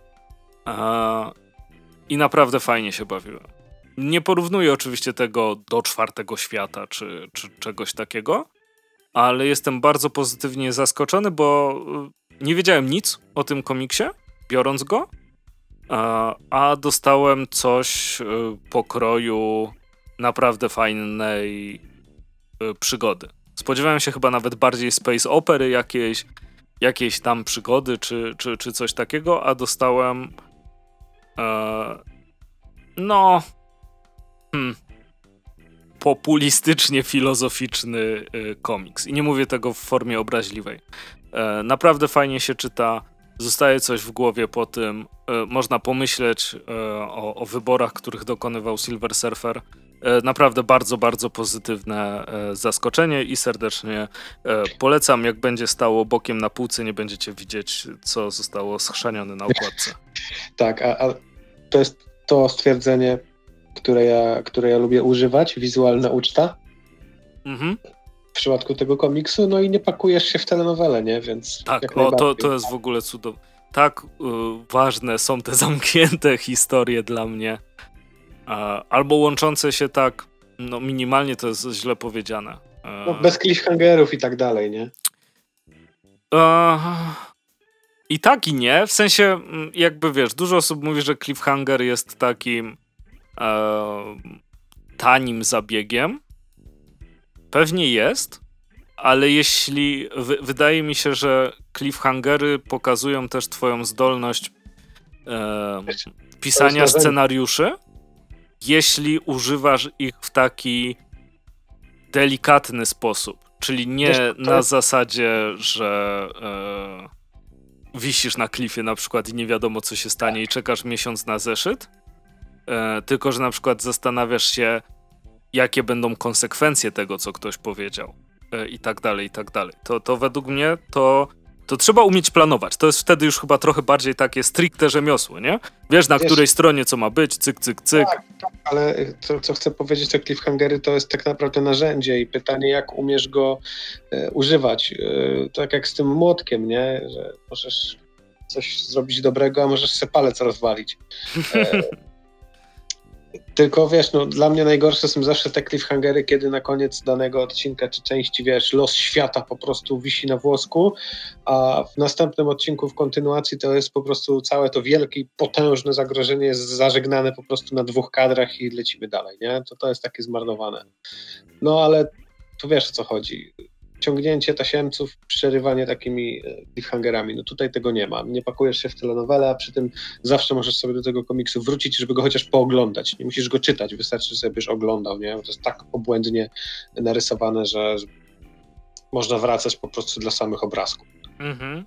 [SPEAKER 1] I naprawdę fajnie się bawiłem. Nie porównuję oczywiście tego do Czwartego Świata, czy czegoś takiego, ale jestem bardzo pozytywnie zaskoczony, bo nie wiedziałem nic o tym komiksie, biorąc go, a dostałem coś pokroju naprawdę fajnej przygody. Spodziewałem się chyba nawet bardziej space opery jakiejś tam przygody, czy coś takiego, a dostałem populistycznie filozoficzny komiks. I nie mówię tego w formie obraźliwej. Naprawdę fajnie się czyta, zostaje coś w głowie po tym, można pomyśleć o wyborach, których dokonywał Silver Surfer. Naprawdę bardzo, bardzo pozytywne zaskoczenie i serdecznie polecam. Jak będzie stało bokiem na półce, nie będziecie widzieć, co zostało schrzanione na okładce.
[SPEAKER 2] Tak, a to jest to stwierdzenie, które ja lubię używać, wizualna uczta.
[SPEAKER 1] Mhm.
[SPEAKER 2] W przypadku tego komiksu, no i nie pakujesz się w telenowelę, nie? Więc
[SPEAKER 1] tak, to jest w ogóle cudowne. Tak ważne są te zamknięte historie dla mnie. Albo łączące się tak, minimalnie to jest źle powiedziane.
[SPEAKER 2] Bez cliffhangerów i tak dalej, nie?
[SPEAKER 1] I tak i nie, w sensie jakby wiesz, dużo osób mówi, że cliffhanger jest takim tanim zabiegiem. Pewnie jest, ale jeśli wydaje mi się, że cliffhangery pokazują też twoją zdolność pisania scenariuszy, jeśli używasz ich w taki delikatny sposób, czyli nie na zasadzie, że wisisz na klifie na przykład i nie wiadomo, co się stanie i czekasz miesiąc na zeszyt, tylko że na przykład zastanawiasz się, jakie będą konsekwencje tego, co ktoś powiedział i tak dalej, i tak dalej. To według mnie to trzeba umieć planować. To jest wtedy już chyba trochę bardziej takie stricte rzemiosło, nie? Wiesz, na której stronie co ma być, cyk, cyk, cyk.
[SPEAKER 2] Tak, ale to, co chcę powiedzieć, to cliffhangery to jest tak naprawdę narzędzie i pytanie, jak umiesz go używać. Tak jak z tym młotkiem, nie? Że możesz coś zrobić dobrego, a możesz sobie palec rozwalić. Tylko wiesz, dla mnie najgorsze są zawsze te cliffhangery, kiedy na koniec danego odcinka czy części, wiesz, los świata po prostu wisi na włosku, a w następnym odcinku, w kontynuacji to jest po prostu całe to wielkie, potężne zagrożenie jest zażegnane po prostu na 2 kadrach i lecimy dalej, nie? To jest takie zmarnowane. No ale to wiesz, o co chodzi. Ciągnięcie tasiemców, przerywanie takimi cliffhangerami. No tutaj tego nie ma. Nie pakujesz się w telenowelę, a przy tym zawsze możesz sobie do tego komiksu wrócić, żeby go chociaż pooglądać. Nie musisz go czytać, wystarczy, że sobie byś oglądał, nie? Bo to jest tak obłędnie narysowane, że można wracać po prostu dla samych obrazków.
[SPEAKER 1] Mhm.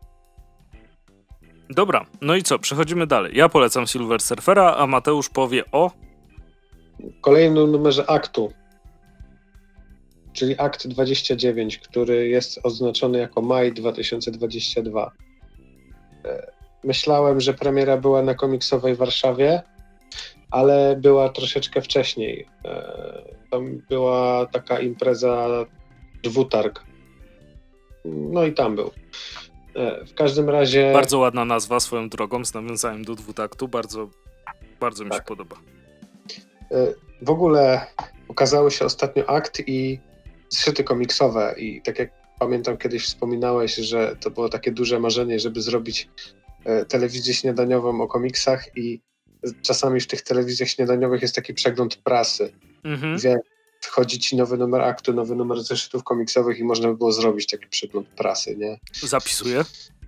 [SPEAKER 1] Dobra, no i co? Przechodzimy dalej. Ja polecam Silver Surfera, a Mateusz powie o...
[SPEAKER 2] Kolejnym numerze aktu. czyli akt 29, który jest oznaczony jako maj 2022. Myślałem, że premiera była na komiksowej Warszawie, ale była troszeczkę wcześniej. Tam była taka impreza Dwutarg. No i tam był. W każdym razie...
[SPEAKER 1] Bardzo ładna nazwa swoją drogą, z nawiązaniem do Dwutaktu. Bardzo, bardzo mi się podoba.
[SPEAKER 2] W ogóle ukazały się ostatnio akt i zeszyty komiksowe i tak jak pamiętam kiedyś wspominałeś, że to było takie duże marzenie, żeby zrobić telewizję śniadaniową o komiksach i czasami w tych telewizjach śniadaniowych jest taki przegląd prasy, gdzie wchodzi ci nowy numer aktu, nowy numer zeszytów komiksowych i można by było zrobić taki przegląd prasy, nie?
[SPEAKER 1] Zapisuję.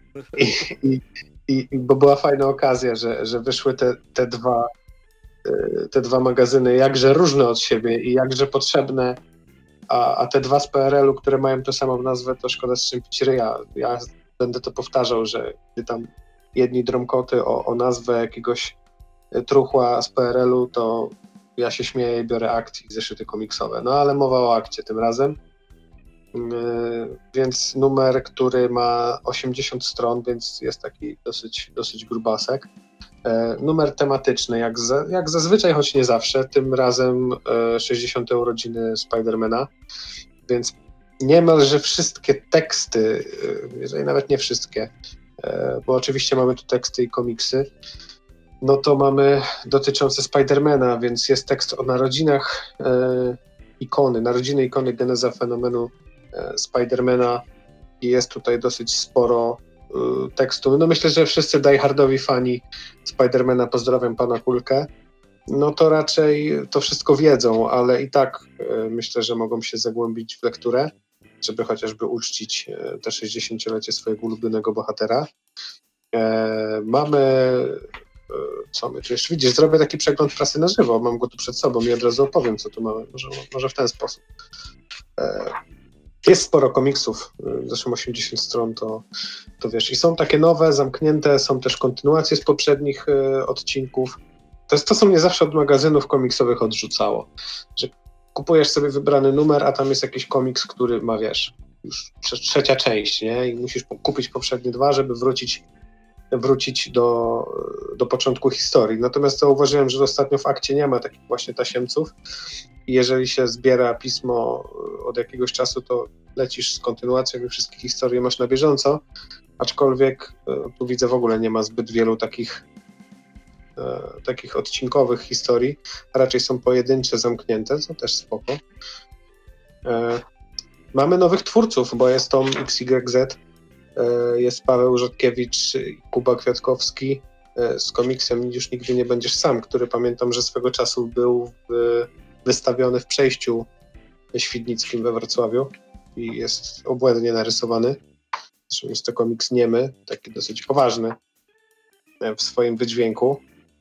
[SPEAKER 2] Bo była fajna okazja, że wyszły te dwa magazyny jakże różne od siebie i jakże potrzebne, a te dwa z PRL-u, które mają tę samą nazwę, to szkoda strzępić ryja. Ja będę to powtarzał, że gdy tam jedni dromkoty o nazwę jakiegoś truchła z PRL-u, to ja się śmieję i biorę akt i zeszyty komiksowe. No ale mowa o akcie tym razem. Więc numer, który ma 80 stron, więc jest taki dosyć grubasek. Numer tematyczny, jak zazwyczaj, choć nie zawsze, tym razem 60. urodziny Spidermana, więc niemalże wszystkie teksty, jeżeli nawet nie wszystkie, bo oczywiście mamy tu teksty i komiksy, no to mamy dotyczące Spidermana, więc jest tekst o narodzinach narodziny ikony, geneza fenomenu Spidermana i jest tutaj dosyć sporo tekstu. No myślę, że wszyscy diehardowi fani Spidermana, pozdrawiam pana Kulkę, no to raczej to wszystko wiedzą, ale i tak myślę, że mogą się zagłębić w lekturę, żeby chociażby uczcić te 60-lecie swojego ulubionego bohatera. Mamy co my tu jeszcze widzisz, zrobię taki przegląd prasy na żywo, mam go tu przed sobą i od razu opowiem, co tu mamy, może w ten sposób. Jest sporo komiksów, zresztą 80 stron, to wiesz, i są takie nowe, zamknięte, są też kontynuacje z poprzednich odcinków. To są mnie zawsze od magazynów komiksowych odrzucało, że kupujesz sobie wybrany numer, a tam jest jakiś komiks, który ma, wiesz, już trzecia część, nie? I musisz kupić poprzednie dwa, żeby wrócić do początku historii. Natomiast zauważyłem, że ostatnio w akcie nie ma takich właśnie tasiemców i jeżeli się zbiera pismo od jakiegoś czasu, to lecisz z kontynuacją i wszystkie historie masz na bieżąco, aczkolwiek tu widzę w ogóle nie ma zbyt wielu takich odcinkowych historii, raczej są pojedyncze, zamknięte, co też spoko. Mamy nowych twórców, bo jest tom XYZ, jest Paweł Rzodkiewicz i Kuba Kwiatkowski z komiksem Już nigdy nie będziesz sam, który pamiętam, że swego czasu był wystawiony w przejściu świdnickim we Wrocławiu i jest obłędnie narysowany. Zresztą jest to komiks niemy, taki dosyć poważny w swoim wydźwięku.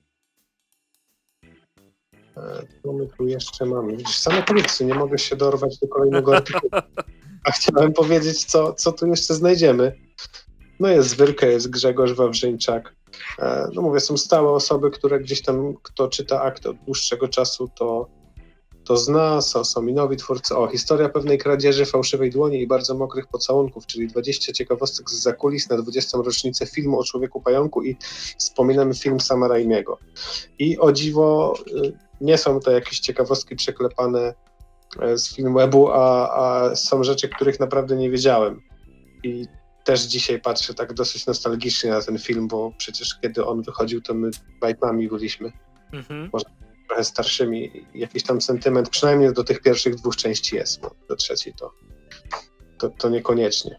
[SPEAKER 2] Co my tu jeszcze mamy? Widzisz, same komiksy, nie mogę się dorwać do kolejnego artykułu. A chciałem powiedzieć, co tu jeszcze znajdziemy. No jest Zwyrka, jest Grzegorz Wawrzyńczak. No mówię, są stałe osoby, które gdzieś tam, kto czyta akt od dłuższego czasu, to zna, są i nowi twórcy. Historia pewnej kradzieży, fałszywej dłoni i bardzo mokrych pocałunków, czyli 20 ciekawostek z zakulis na 20. rocznicę filmu o Człowieku Pająku i wspominamy film Sama Raimiego. I o dziwo nie są to jakieś ciekawostki przeklepane z Filmwebu, a są rzeczy, których naprawdę nie wiedziałem. I też dzisiaj patrzę tak dosyć nostalgicznie na ten film, bo przecież kiedy on wychodził, to my bajtami byliśmy. Może trochę starszymi. Jakiś tam sentyment, przynajmniej do tych pierwszych dwóch części jest. No, do trzeciej to niekoniecznie.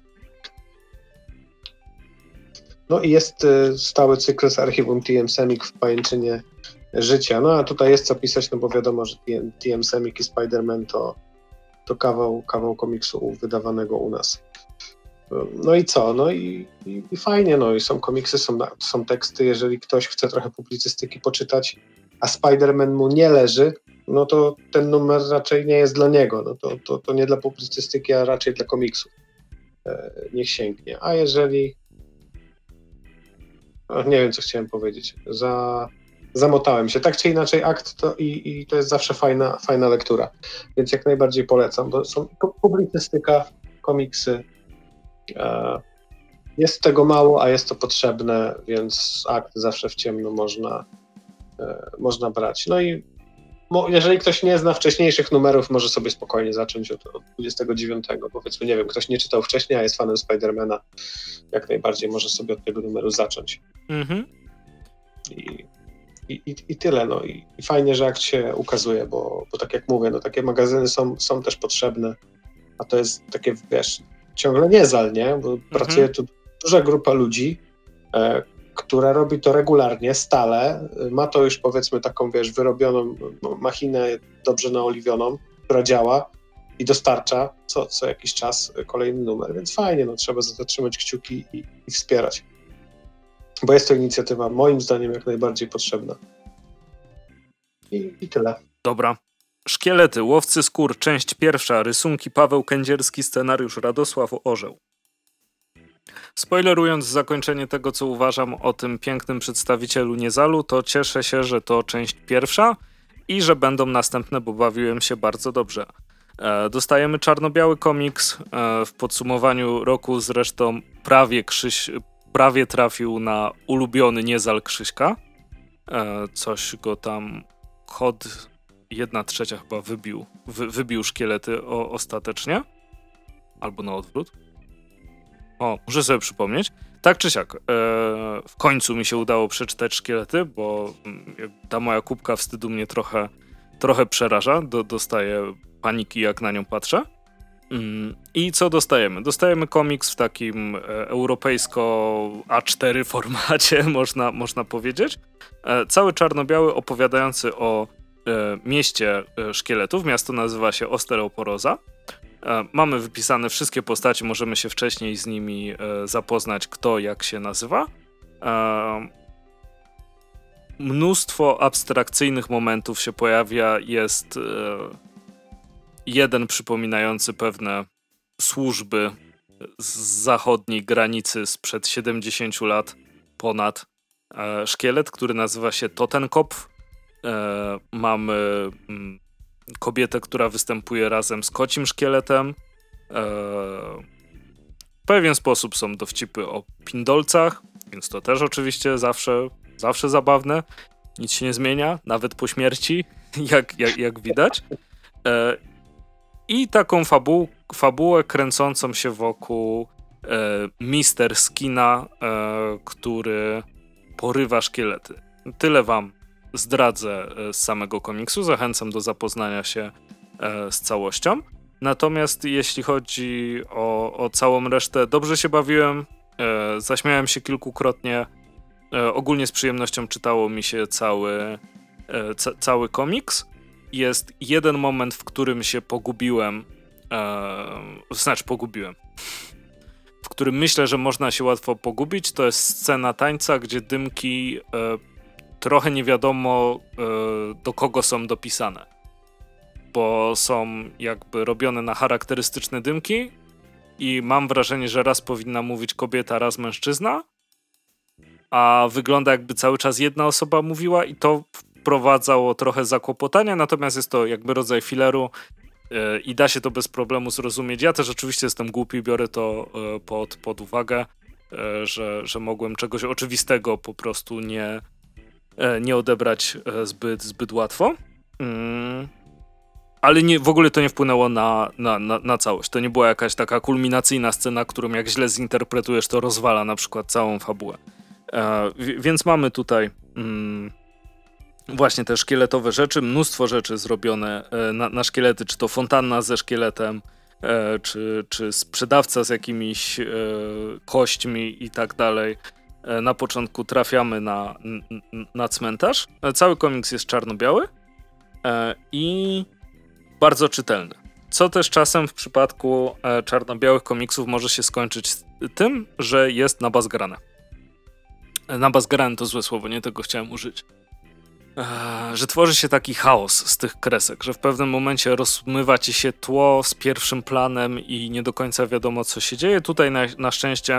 [SPEAKER 2] No i jest stały cykl z archiwum TM Semik w pajęczynie życia. No a tutaj jest co pisać, no bo wiadomo, że TM Semik i Spider-Man to kawał komiksu wydawanego u nas. No i co? No i fajnie, no i są komiksy, są teksty, jeżeli ktoś chce trochę publicystyki poczytać, a Spider-Man mu nie leży, no to ten numer raczej nie jest dla niego. No to nie dla publicystyki, a raczej dla komiksu. Niech sięgnie. A jeżeli... nie wiem, co chciałem powiedzieć. zamotałem się. Tak czy inaczej akt to i to jest zawsze fajna lektura, więc jak najbardziej polecam, bo są publicystyka, komiksy, jest tego mało, a jest to potrzebne, więc akt zawsze w ciemno można brać. No i jeżeli ktoś nie zna wcześniejszych numerów, może sobie spokojnie zacząć od 29. Powiedzmy, nie wiem, ktoś nie czytał wcześniej, a jest fanem Spidermana, jak najbardziej może sobie od tego numeru zacząć.
[SPEAKER 1] Mhm.
[SPEAKER 2] I tyle. No. I fajnie, że akt się ukazuje, bo tak jak mówię, no, takie magazyny są też potrzebne, a to jest takie, wiesz, ciągle niezal, nie? Bo pracuje tu duża grupa ludzi, która robi to regularnie, stale, ma to już powiedzmy taką, wiesz, wyrobioną machinę dobrze naoliwioną, która działa i dostarcza co jakiś czas kolejny numer, więc fajnie, no trzeba za to trzymać kciuki i wspierać. Bo jest to inicjatywa moim zdaniem jak najbardziej potrzebna. I tyle.
[SPEAKER 1] Dobra. Szkielety, Łowcy skór, część pierwsza, rysunki Paweł Kędzierski, scenariusz Radosław Orzeł. Spoilerując zakończenie tego, co uważam o tym pięknym przedstawicielu Niezalu, to cieszę się, że to część pierwsza i że będą następne, bo bawiłem się bardzo dobrze. Dostajemy czarno-biały komiks. W podsumowaniu roku zresztą prawie trafił na ulubiony Niezal Krzyśka. Coś go tam kod 1/3 chyba wybił szkielety ostatecznie. Albo na odwrót. Muszę sobie przypomnieć. Tak czy siak, w końcu mi się udało przeczytać szkielety, bo ta moja kubka wstydu mnie trochę przeraża. Dostaję paniki, jak na nią patrzę. I co dostajemy? Dostajemy komiks w takim europejsko A4 formacie, można powiedzieć. Cały czarno-biały, opowiadający o mieście szkieletów. Miasto nazywa się Osteoporoza. Mamy wypisane wszystkie postacie, możemy się wcześniej z nimi zapoznać, kto jak się nazywa. Mnóstwo abstrakcyjnych momentów się pojawia. Jest jeden przypominający pewne służby z zachodniej granicy sprzed 70 lat ponad. Szkielet, który nazywa się Totenkopf. Mamy kobietę, która występuje razem z kocim szkieletem. W pewien sposób są dowcipy o pindolcach, więc to też oczywiście zawsze zabawne. Nic się nie zmienia, nawet po śmierci, jak widać. I taką fabułę kręcącą się wokół Mister Skina, który porywa szkielety. Tyle wam zdradzę z samego komiksu. Zachęcam do zapoznania się z całością. Natomiast jeśli chodzi o całą resztę, dobrze się bawiłem, zaśmiałem się kilkukrotnie. Ogólnie z przyjemnością czytało mi się cały komiks. Jest jeden moment, w którym się pogubiłem. W którym myślę, że można się łatwo pogubić. To jest scena tańca, gdzie dymki trochę nie wiadomo do kogo są dopisane. Bo są jakby robione na charakterystyczne dymki i mam wrażenie, że raz powinna mówić kobieta, raz mężczyzna, a wygląda jakby cały czas jedna osoba mówiła i to wprowadzało trochę zakłopotania, natomiast jest to jakby rodzaj fileru i da się to bez problemu zrozumieć. Ja też oczywiście jestem głupi, biorę to pod uwagę, że mogłem czegoś oczywistego po prostu nie odebrać zbyt łatwo. Ale w ogóle to nie wpłynęło na całość. To nie była jakaś taka kulminacyjna scena, którą jak źle zinterpretujesz, to rozwala na przykład całą fabułę. Więc mamy tutaj właśnie te szkieletowe rzeczy, mnóstwo rzeczy zrobione na szkielety, czy to fontanna ze szkieletem, czy sprzedawca z jakimiś kośćmi i tak dalej. Na początku trafiamy na cmentarz. Cały komiks jest czarno-biały i bardzo czytelny. Co też czasem w przypadku czarno-białych komiksów może się skończyć tym, że jest nabazgrane. Nabazgrane to złe słowo, nie tego chciałem użyć. Że tworzy się taki chaos z tych kresek, że w pewnym momencie rozmywa ci się tło z pierwszym planem i nie do końca wiadomo, co się dzieje. Tutaj na szczęście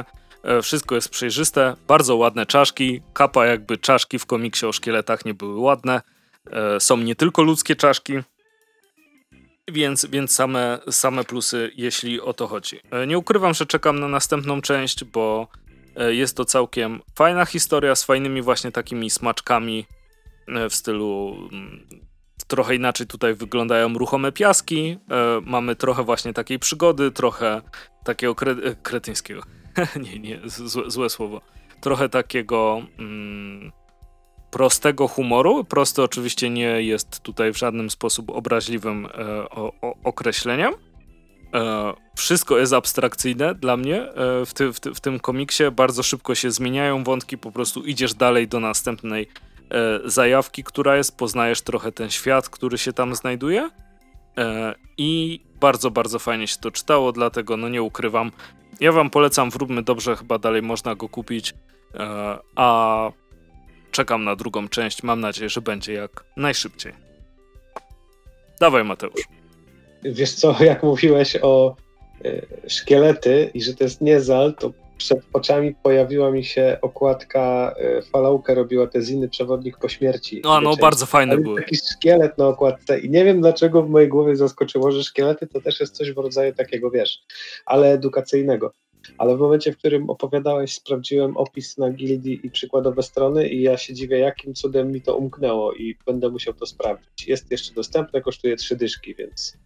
[SPEAKER 1] Wszystko jest przejrzyste, bardzo ładne czaszki, kapa jakby czaszki w komiksie o szkieletach nie były ładne. Są nie tylko ludzkie czaszki, więc same plusy, jeśli o to chodzi. Nie ukrywam, że czekam na następną część, bo jest to całkiem fajna historia z fajnymi właśnie takimi smaczkami w stylu... Trochę inaczej tutaj wyglądają ruchome piaski, mamy trochę właśnie takiej przygody, trochę takiego kretyńskiego. Złe słowo. Trochę takiego prostego humoru. Prosty oczywiście nie jest tutaj w żadnym sposób obraźliwym określeniem. Wszystko jest abstrakcyjne dla mnie w tym komiksie. Bardzo szybko się zmieniają wątki, po prostu idziesz dalej do następnej zajawki, która jest, poznajesz trochę ten świat, który się tam znajduje i bardzo, bardzo fajnie się to czytało, dlatego no nie ukrywam. Ja wam polecam, wróbmy dobrze, chyba dalej można go kupić, a czekam na drugą część, mam nadzieję, że będzie jak najszybciej. Dawaj, Mateusz.
[SPEAKER 2] Wiesz co, jak mówiłeś o szkielety i że to jest niezal, to przed oczami pojawiła mi się okładka, Fallouka robiła te ziny Przewodnik po śmierci.
[SPEAKER 1] No bardzo fajne były.
[SPEAKER 2] Taki szkielet na okładce i nie wiem dlaczego w mojej głowie zaskoczyło, że szkielety to też jest coś w rodzaju takiego, wiesz, ale edukacyjnego. Ale w momencie, w którym opowiadałeś, sprawdziłem opis na Gildii i przykładowe strony i ja się dziwię, jakim cudem mi to umknęło i będę musiał to sprawdzić. Jest jeszcze dostępne, kosztuje 3 dyszki,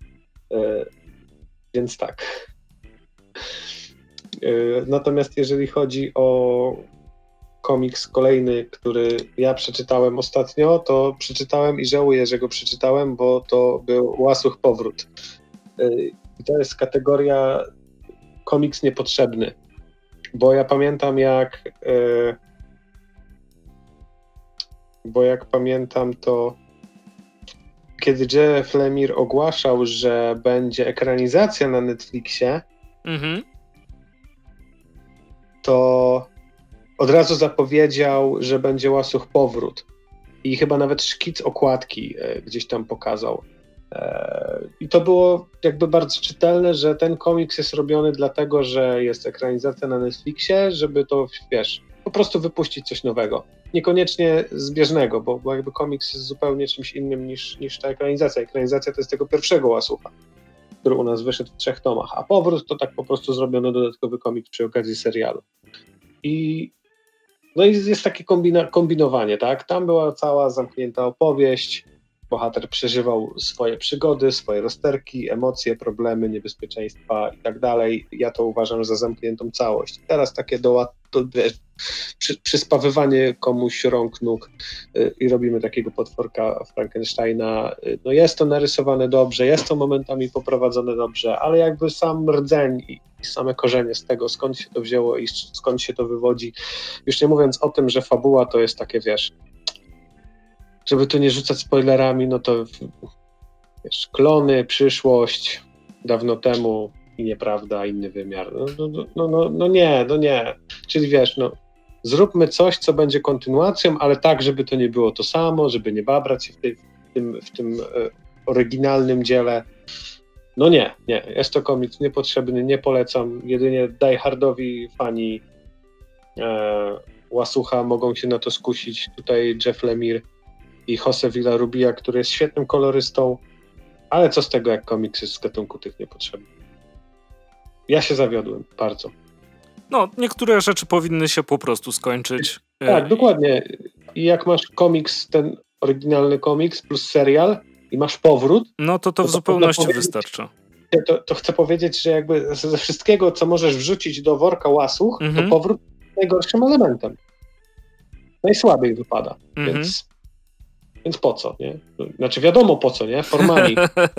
[SPEAKER 2] więc tak. Natomiast jeżeli chodzi o komiks kolejny, który ja przeczytałem ostatnio, to przeczytałem i żałuję, że go przeczytałem, bo to był Łasuch Powrót. I to jest kategoria komiks niepotrzebny, bo ja pamiętam to kiedy Jeff Lemire ogłaszał, że będzie ekranizacja na Netflixie, to od razu zapowiedział, że będzie Łasuch Powrót. I chyba nawet szkic okładki gdzieś tam pokazał. I to było jakby bardzo czytelne, że ten komiks jest robiony dlatego, że jest ekranizacja na Netflixie, żeby to, wiesz, po prostu wypuścić coś nowego. Niekoniecznie zbieżnego, bo jakby komiks jest zupełnie czymś innym niż ta ekranizacja. Ekranizacja to jest tego pierwszego Łasucha, który u nas wyszedł w 3 tomach, a Powrót to tak po prostu zrobiono dodatkowy komiks przy okazji serialu. No i jest takie kombinowanie, tak? Tam była cała zamknięta opowieść, bohater przeżywał swoje przygody, swoje rozterki, emocje, problemy, niebezpieczeństwa i tak dalej. Ja to uważam za zamkniętą całość. Teraz takie przyspawywanie komuś rąk, nóg i robimy takiego potworka Frankensteina. No jest to narysowane dobrze, jest to momentami poprowadzone dobrze, ale jakby sam rdzeń i same korzenie z tego, skąd się to wzięło i skąd się to wywodzi. Już nie mówiąc o tym, że fabuła to jest takie, wiesz, żeby tu nie rzucać spoilerami, no to wiesz, klony, przyszłość, dawno temu i nieprawda, inny wymiar. No nie. Czyli wiesz, no zróbmy coś, co będzie kontynuacją, ale tak, żeby to nie było to samo, żeby nie babrać się w tym oryginalnym dziele. No nie. Jest to komiks niepotrzebny, nie polecam. Jedynie diehardowi fani Łasucha mogą się na to skusić. Tutaj Jeff Lemire i Jose Villarrubia, który jest świetnym kolorystą, ale co z tego, jak komiks jest z gatunku tych niepotrzebnych. Ja się zawiodłem bardzo.
[SPEAKER 1] No, niektóre rzeczy powinny się po prostu skończyć.
[SPEAKER 2] Tak, dokładnie. I jak masz komiks, ten oryginalny komiks plus serial i masz powrót,
[SPEAKER 1] no to w zupełności wystarczy.
[SPEAKER 2] To chcę powiedzieć, że jakby ze wszystkiego, co możesz wrzucić do worka Łasuch, to powrót jest najgorszym elementem. Najsłabiej wypada, więc po co, nie? Znaczy wiadomo po co, nie? Formani.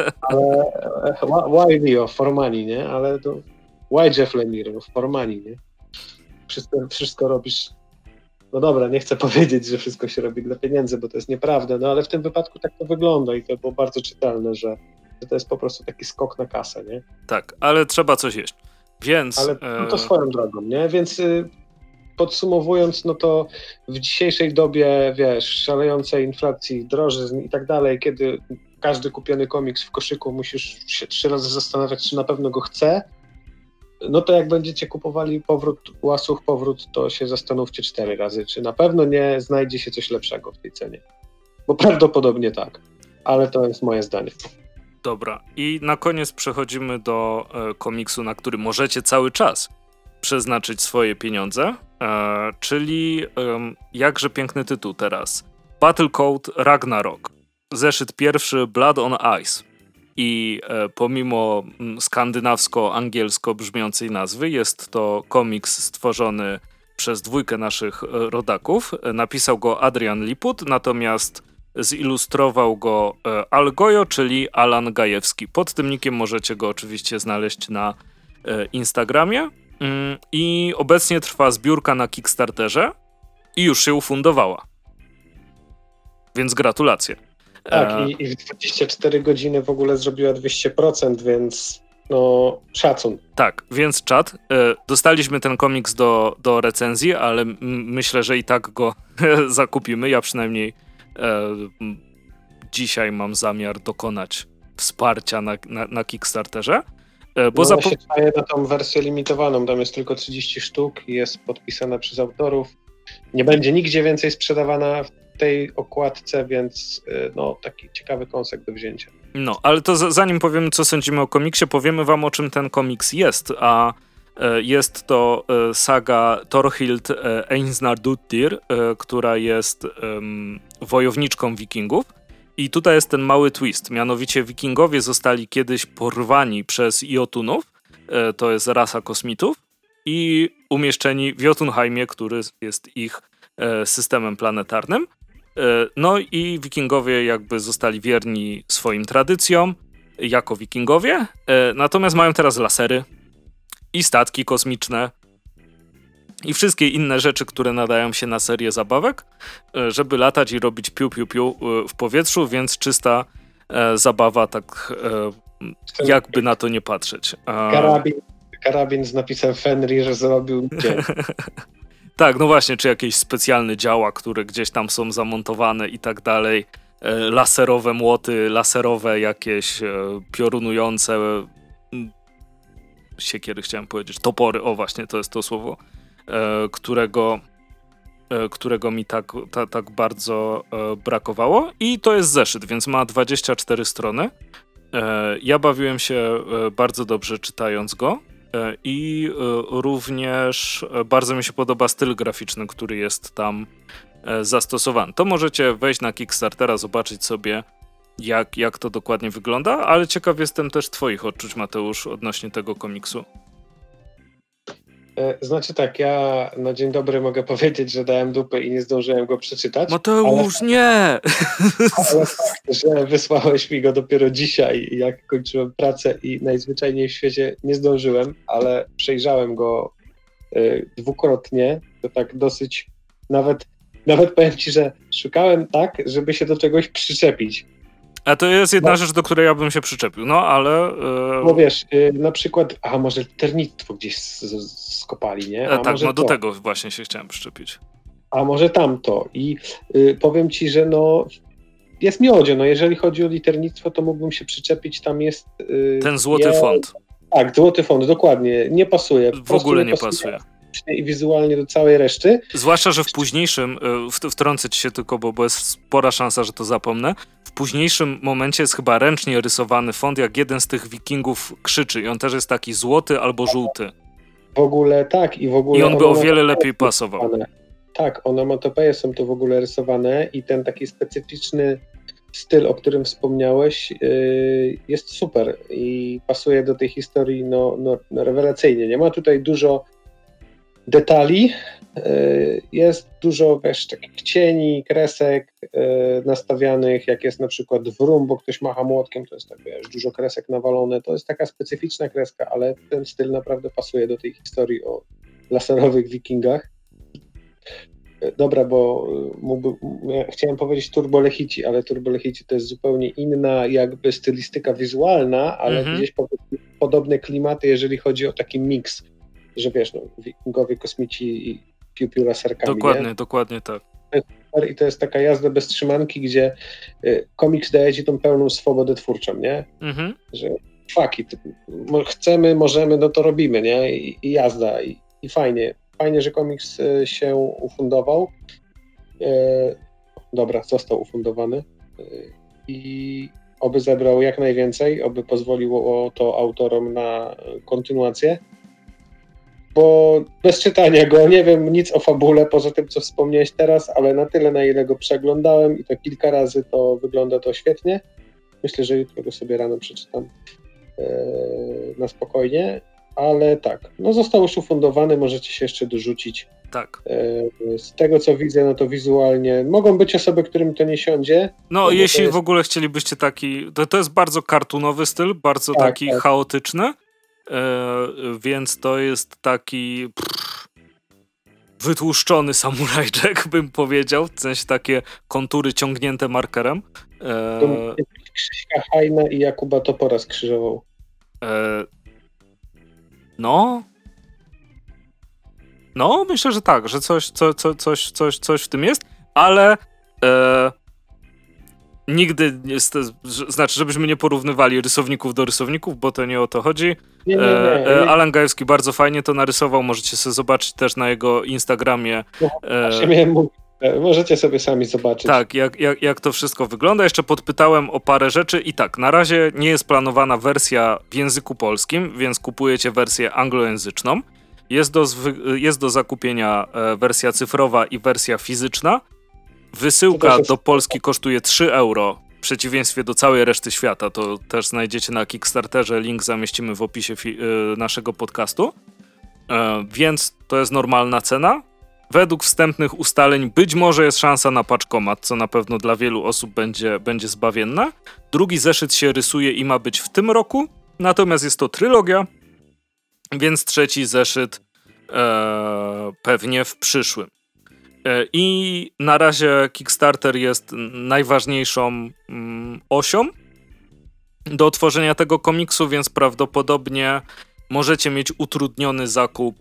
[SPEAKER 2] Ale why Leo? Formani, nie? Ale to why Jeff Lemire? No, formani, nie? Wszystko robisz. No dobra, nie chcę powiedzieć, że wszystko się robi dla pieniędzy, bo to jest nieprawda, no ale w tym wypadku tak to wygląda i to było bardzo czytelne, że to jest po prostu taki skok na kasę, nie?
[SPEAKER 1] Tak, ale trzeba coś jeść. Więc...
[SPEAKER 2] Ale no to swoją drogą, nie? Więc podsumowując, no to w dzisiejszej dobie, wiesz, szalejącej inflacji, drożyzn i tak dalej, kiedy każdy kupiony komiks w koszyku musisz się 3 razy zastanawiać, czy na pewno go chce, no to jak będziecie kupowali Łasuch powrót, to się zastanówcie 4 razy, czy na pewno nie znajdzie się coś lepszego w tej cenie. Bo prawdopodobnie tak, ale to jest moje zdanie.
[SPEAKER 1] Dobra, i na koniec przechodzimy do komiksu, na który możecie cały czas przeznaczyć swoje pieniądze, czyli jakże piękny tytuł teraz. Battle Code Ragnarok. Zeszyt pierwszy Blood on Ice. I pomimo skandynawsko-angielsko brzmiącej nazwy, jest to komiks stworzony przez 2 naszych rodaków. Napisał go Adrian Liput, natomiast zilustrował go Al Gojo, czyli Alan Gajewski. Pod tym nickiem możecie go oczywiście znaleźć na Instagramie. I obecnie trwa zbiórka na Kickstarterze i już się ufundowała. Więc gratulacje.
[SPEAKER 2] Tak, i w 24 godziny w ogóle zrobiła 200%, więc no szacun.
[SPEAKER 1] Tak, więc czat. Dostaliśmy ten komiks do recenzji, ale myślę, że i tak go zakupimy. Ja przynajmniej dzisiaj mam zamiar dokonać wsparcia na Kickstarterze. Bo
[SPEAKER 2] ja się czaję na tą wersję limitowaną, tam jest tylko 30 sztuk i jest podpisana przez autorów. Nie będzie nigdzie więcej sprzedawana w tej okładce, więc no taki ciekawy kąsek do wzięcia.
[SPEAKER 1] No, ale to zanim powiemy, co sądzimy o komiksie, powiemy wam, o czym ten komiks jest, a jest to saga Thorhild Einsnardottir, która jest wojowniczką wikingów. I tutaj jest ten mały twist, mianowicie wikingowie zostali kiedyś porwani przez Jotunów, to jest rasa kosmitów, i umieszczeni w Jotunheimie, który jest ich systemem planetarnym. No i wikingowie jakby zostali wierni swoim tradycjom jako wikingowie, natomiast mają teraz lasery i statki kosmiczne i wszystkie inne rzeczy, które nadają się na serię zabawek, żeby latać i robić piu w powietrzu, więc czysta zabawa, tak jakby na to nie patrzeć.
[SPEAKER 2] Karabin z napisem Fenrir zrobił dzień.
[SPEAKER 1] Tak, no właśnie, czy jakieś specjalne działa, które gdzieś tam są zamontowane i tak dalej. Laserowe młoty, laserowe jakieś piorunujące siekiery, chciałem powiedzieć, topory, o właśnie, to jest to słowo, którego mi tak bardzo brakowało. I to jest zeszyt, więc ma 24 strony. Ja bawiłem się bardzo dobrze czytając go. I również bardzo mi się podoba styl graficzny, który jest tam zastosowany. To możecie wejść na Kickstartera, zobaczyć sobie, jak to dokładnie wygląda, ale ciekaw jestem też twoich odczuć, Mateusz, odnośnie tego komiksu.
[SPEAKER 2] Znaczy tak, ja na dzień dobry mogę powiedzieć, że dałem dupę i nie zdążyłem go przeczytać.
[SPEAKER 1] Mateusz, nie!
[SPEAKER 2] Ale fakt, że wysłałeś mi go dopiero dzisiaj, jak kończyłem pracę i najzwyczajniej w świecie nie zdążyłem, ale przejrzałem go dwukrotnie, to tak dosyć, nawet powiem ci, że szukałem tak, żeby się do czegoś przyczepić.
[SPEAKER 1] A to jest jedna rzecz, do której ja bym się przyczepił, no ale...
[SPEAKER 2] No wiesz, na przykład, może ternictwo gdzieś skopali, nie?
[SPEAKER 1] Tak, no do tego właśnie się chciałem przyczepić.
[SPEAKER 2] A może tamto. I powiem ci, że no jest miodzie, no jeżeli chodzi o liternictwo, to mógłbym się przyczepić, tam jest...
[SPEAKER 1] ten złoty font.
[SPEAKER 2] Tak, złoty font, dokładnie, nie pasuje.
[SPEAKER 1] W ogóle nie pasuje.
[SPEAKER 2] I wizualnie do całej reszty.
[SPEAKER 1] Zwłaszcza, że w późniejszym, wtrącę ci się tylko, bo jest spora szansa, że to zapomnę, w późniejszym momencie jest chyba ręcznie rysowany font, jak jeden z tych wikingów krzyczy i on też jest taki złoty albo żółty.
[SPEAKER 2] W ogóle tak i w ogóle...
[SPEAKER 1] I on by o wiele lepiej pasował.
[SPEAKER 2] Tak, onomatopeje są tu w ogóle rysowane i ten taki specyficzny styl, o którym wspomniałeś, jest super i pasuje do tej historii no rewelacyjnie. Nie ma tutaj dużo detali, jest dużo takich cieni, kresek nastawianych, jak jest na przykład wrum, bo ktoś macha młotkiem, to jest tak, dużo kresek nawalone, to jest taka specyficzna kreska, ale ten styl naprawdę pasuje do tej historii o laserowych wikingach. Dobra, bo chciałem powiedzieć Turbolechici, ale Turbolechici to jest zupełnie inna jakby stylistyka wizualna, ale gdzieś podobne klimaty, jeżeli chodzi o taki miks, że wiesz, wikingowie, kosmici i piu-piu laserkami.
[SPEAKER 1] Dokładnie tak.
[SPEAKER 2] I to jest taka jazda bez trzymanki, gdzie komiks daje ci tą pełną swobodę twórczą, nie? Że faki, chcemy, możemy, no to robimy, nie? I jazda, i fajnie. Fajnie, że komiks się ufundował. Dobra, został ufundowany i oby zebrał jak najwięcej, oby pozwoliło to autorom na kontynuację, bo bez czytania go nie wiem nic o fabule, poza tym, co wspomniałeś teraz, ale na tyle, na ile go przeglądałem i to kilka razy, to wygląda to świetnie. Myślę, że jutro go sobie rano przeczytam na spokojnie, ale tak, no został już ufundowany, możecie się jeszcze dorzucić.
[SPEAKER 1] Tak.
[SPEAKER 2] Z tego, co widzę, no to wizualnie mogą być osoby, którym to nie siądzie.
[SPEAKER 1] No, jeśli w ogóle chcielibyście taki... To jest bardzo kartunowy styl, bardzo taki chaotyczny, więc to jest taki wytłuszczony Samurai Jack, bym powiedział, w sensie takie kontury ciągnięte markerem.
[SPEAKER 2] Krzyśka Hajna i Jakuba Topora skrzyżował.
[SPEAKER 1] No, myślę, że tak, że coś w tym jest, ale nigdy, znaczy, żebyśmy nie porównywali rysowników do rysowników, bo to nie o to chodzi.
[SPEAKER 2] Nie.
[SPEAKER 1] Alan Gajewski bardzo fajnie to narysował, możecie sobie zobaczyć też na jego Instagramie.
[SPEAKER 2] Możecie sobie sami zobaczyć.
[SPEAKER 1] Tak, jak to wszystko wygląda. Jeszcze podpytałem o parę rzeczy i tak, na razie nie jest planowana wersja w języku polskim, więc kupujecie wersję anglojęzyczną. Jest do zakupienia wersja cyfrowa i wersja fizyczna. Wysyłka do Polski kosztuje 3 euro, w przeciwieństwie do całej reszty świata. To też znajdziecie na Kickstarterze, link zamieścimy w opisie naszego podcastu. Więc to jest normalna cena. Według wstępnych ustaleń być może jest szansa na paczkomat, co na pewno dla wielu osób będzie zbawienne. Drugi zeszyt się rysuje i ma być w tym roku, natomiast jest to trylogia, więc trzeci zeszyt pewnie w przyszłym. I na razie Kickstarter jest najważniejszą osią do otworzenia tego komiksu, więc prawdopodobnie możecie mieć utrudniony zakup,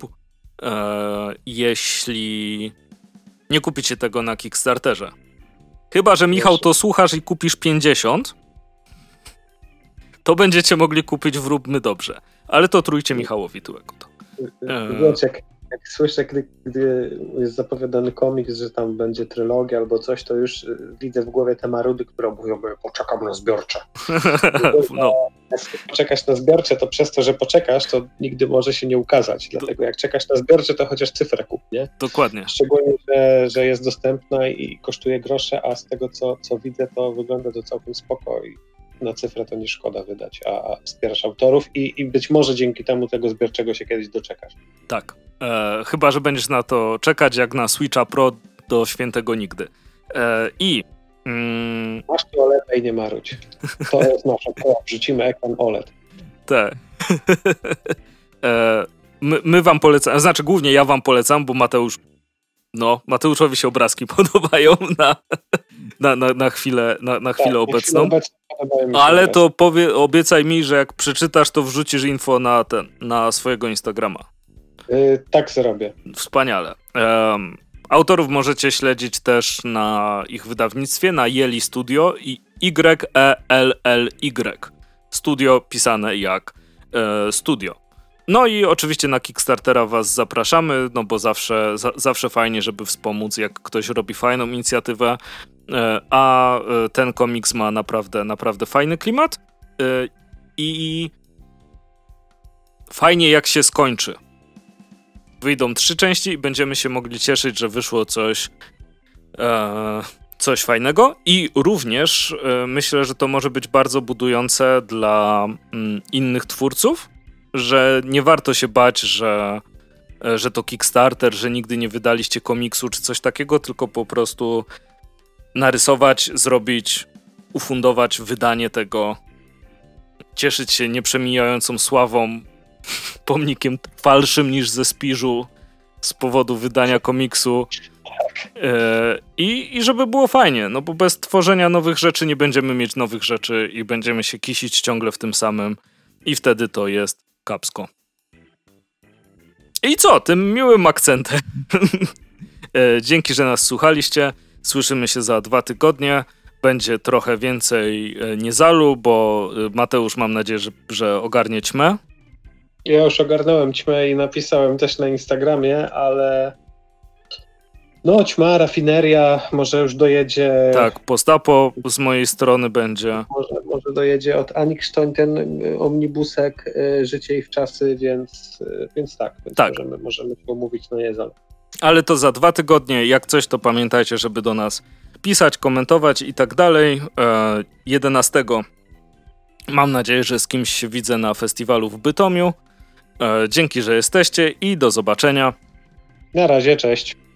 [SPEAKER 1] jeśli nie kupicie tego na Kickstarterze. Chyba że Michał to słuchasz i kupisz 50, to będziecie mogli kupić w Róbmy Dobrze. Ale to trójcie Michałowi tyłek.
[SPEAKER 2] Wiesz, jak słyszę, gdy jest zapowiadany komiks, że tam będzie trylogia albo coś, to już widzę w głowie te marudy, które mówią, poczekam na zbiorcze. No. Jak poczekasz na zbiorcze, to przez to, że poczekasz, to nigdy może się nie ukazać. Dlatego jak czekasz na zbiorcze, to chociaż cyfrę kup, nie?
[SPEAKER 1] Dokładnie.
[SPEAKER 2] Szczególnie, że jest dostępna i kosztuje grosze, a z tego, co widzę, to wygląda to całkiem spoko i na cyfrę to nie szkoda wydać, a wspierasz autorów i być może dzięki temu tego zbiorczego się kiedyś doczekasz.
[SPEAKER 1] Tak. Chyba że będziesz na to czekać jak na Switcha Pro do świętego nigdy.
[SPEAKER 2] Masz tu OLED i nie marudź. To jest nasza koła. Wrzucimy ekran OLED.
[SPEAKER 1] Tak. My wam polecamy, znaczy głównie ja wam polecam, bo Mateuszowi się obrazki podobają na chwilę obecną. Ale to obiecaj mi, że jak przeczytasz, to wrzucisz info na swojego Instagrama.
[SPEAKER 2] Tak zrobię.
[SPEAKER 1] Wspaniale. Autorów możecie śledzić też na ich wydawnictwie, na Yelly Studio i YELLY. Studio pisane jak studio. No i oczywiście na Kickstartera was zapraszamy, no bo zawsze fajnie, żeby wspomóc, jak ktoś robi fajną inicjatywę, a ten komiks ma naprawdę fajny klimat i fajnie jak się skończy. Wyjdą 3 części i będziemy się mogli cieszyć, że wyszło coś fajnego i również myślę, że to może być bardzo budujące dla innych twórców, że nie warto się bać, że to Kickstarter, że nigdy nie wydaliście komiksu czy coś takiego, tylko po prostu narysować, zrobić, ufundować wydanie tego, cieszyć się nieprzemijającą sławą, pomnikiem falszym niż ze Spiżu z powodu wydania komiksu i żeby było fajnie, no bo bez tworzenia nowych rzeczy nie będziemy mieć nowych rzeczy i będziemy się kisić ciągle w tym samym i wtedy to jest kapsko. I co? Tym miłym akcentem. Dzięki, że nas słuchaliście. Słyszymy się za 2 tygodnie. będzie trochę więcej Niezalu, bo Mateusz, mam nadzieję, że ogarnie ćmę.
[SPEAKER 2] Ja już ogarnąłem ćmę i napisałem też na Instagramie, ale no ćma, rafineria, może już dojedzie...
[SPEAKER 1] Tak, postapo z mojej strony będzie.
[SPEAKER 2] Może dojedzie od Anikstoń ten omnibusek Życie i wczasy, więc tak.
[SPEAKER 1] Tak.
[SPEAKER 2] Możemy pomówić na Niezal.
[SPEAKER 1] Ale to za 2 tygodnie. Jak coś, to pamiętajcie, żeby do nas pisać, komentować i tak dalej. 11 mam nadzieję, że z kimś się widzę na festiwalu w Bytomiu. Dzięki, że jesteście i do zobaczenia.
[SPEAKER 2] Na razie, cześć.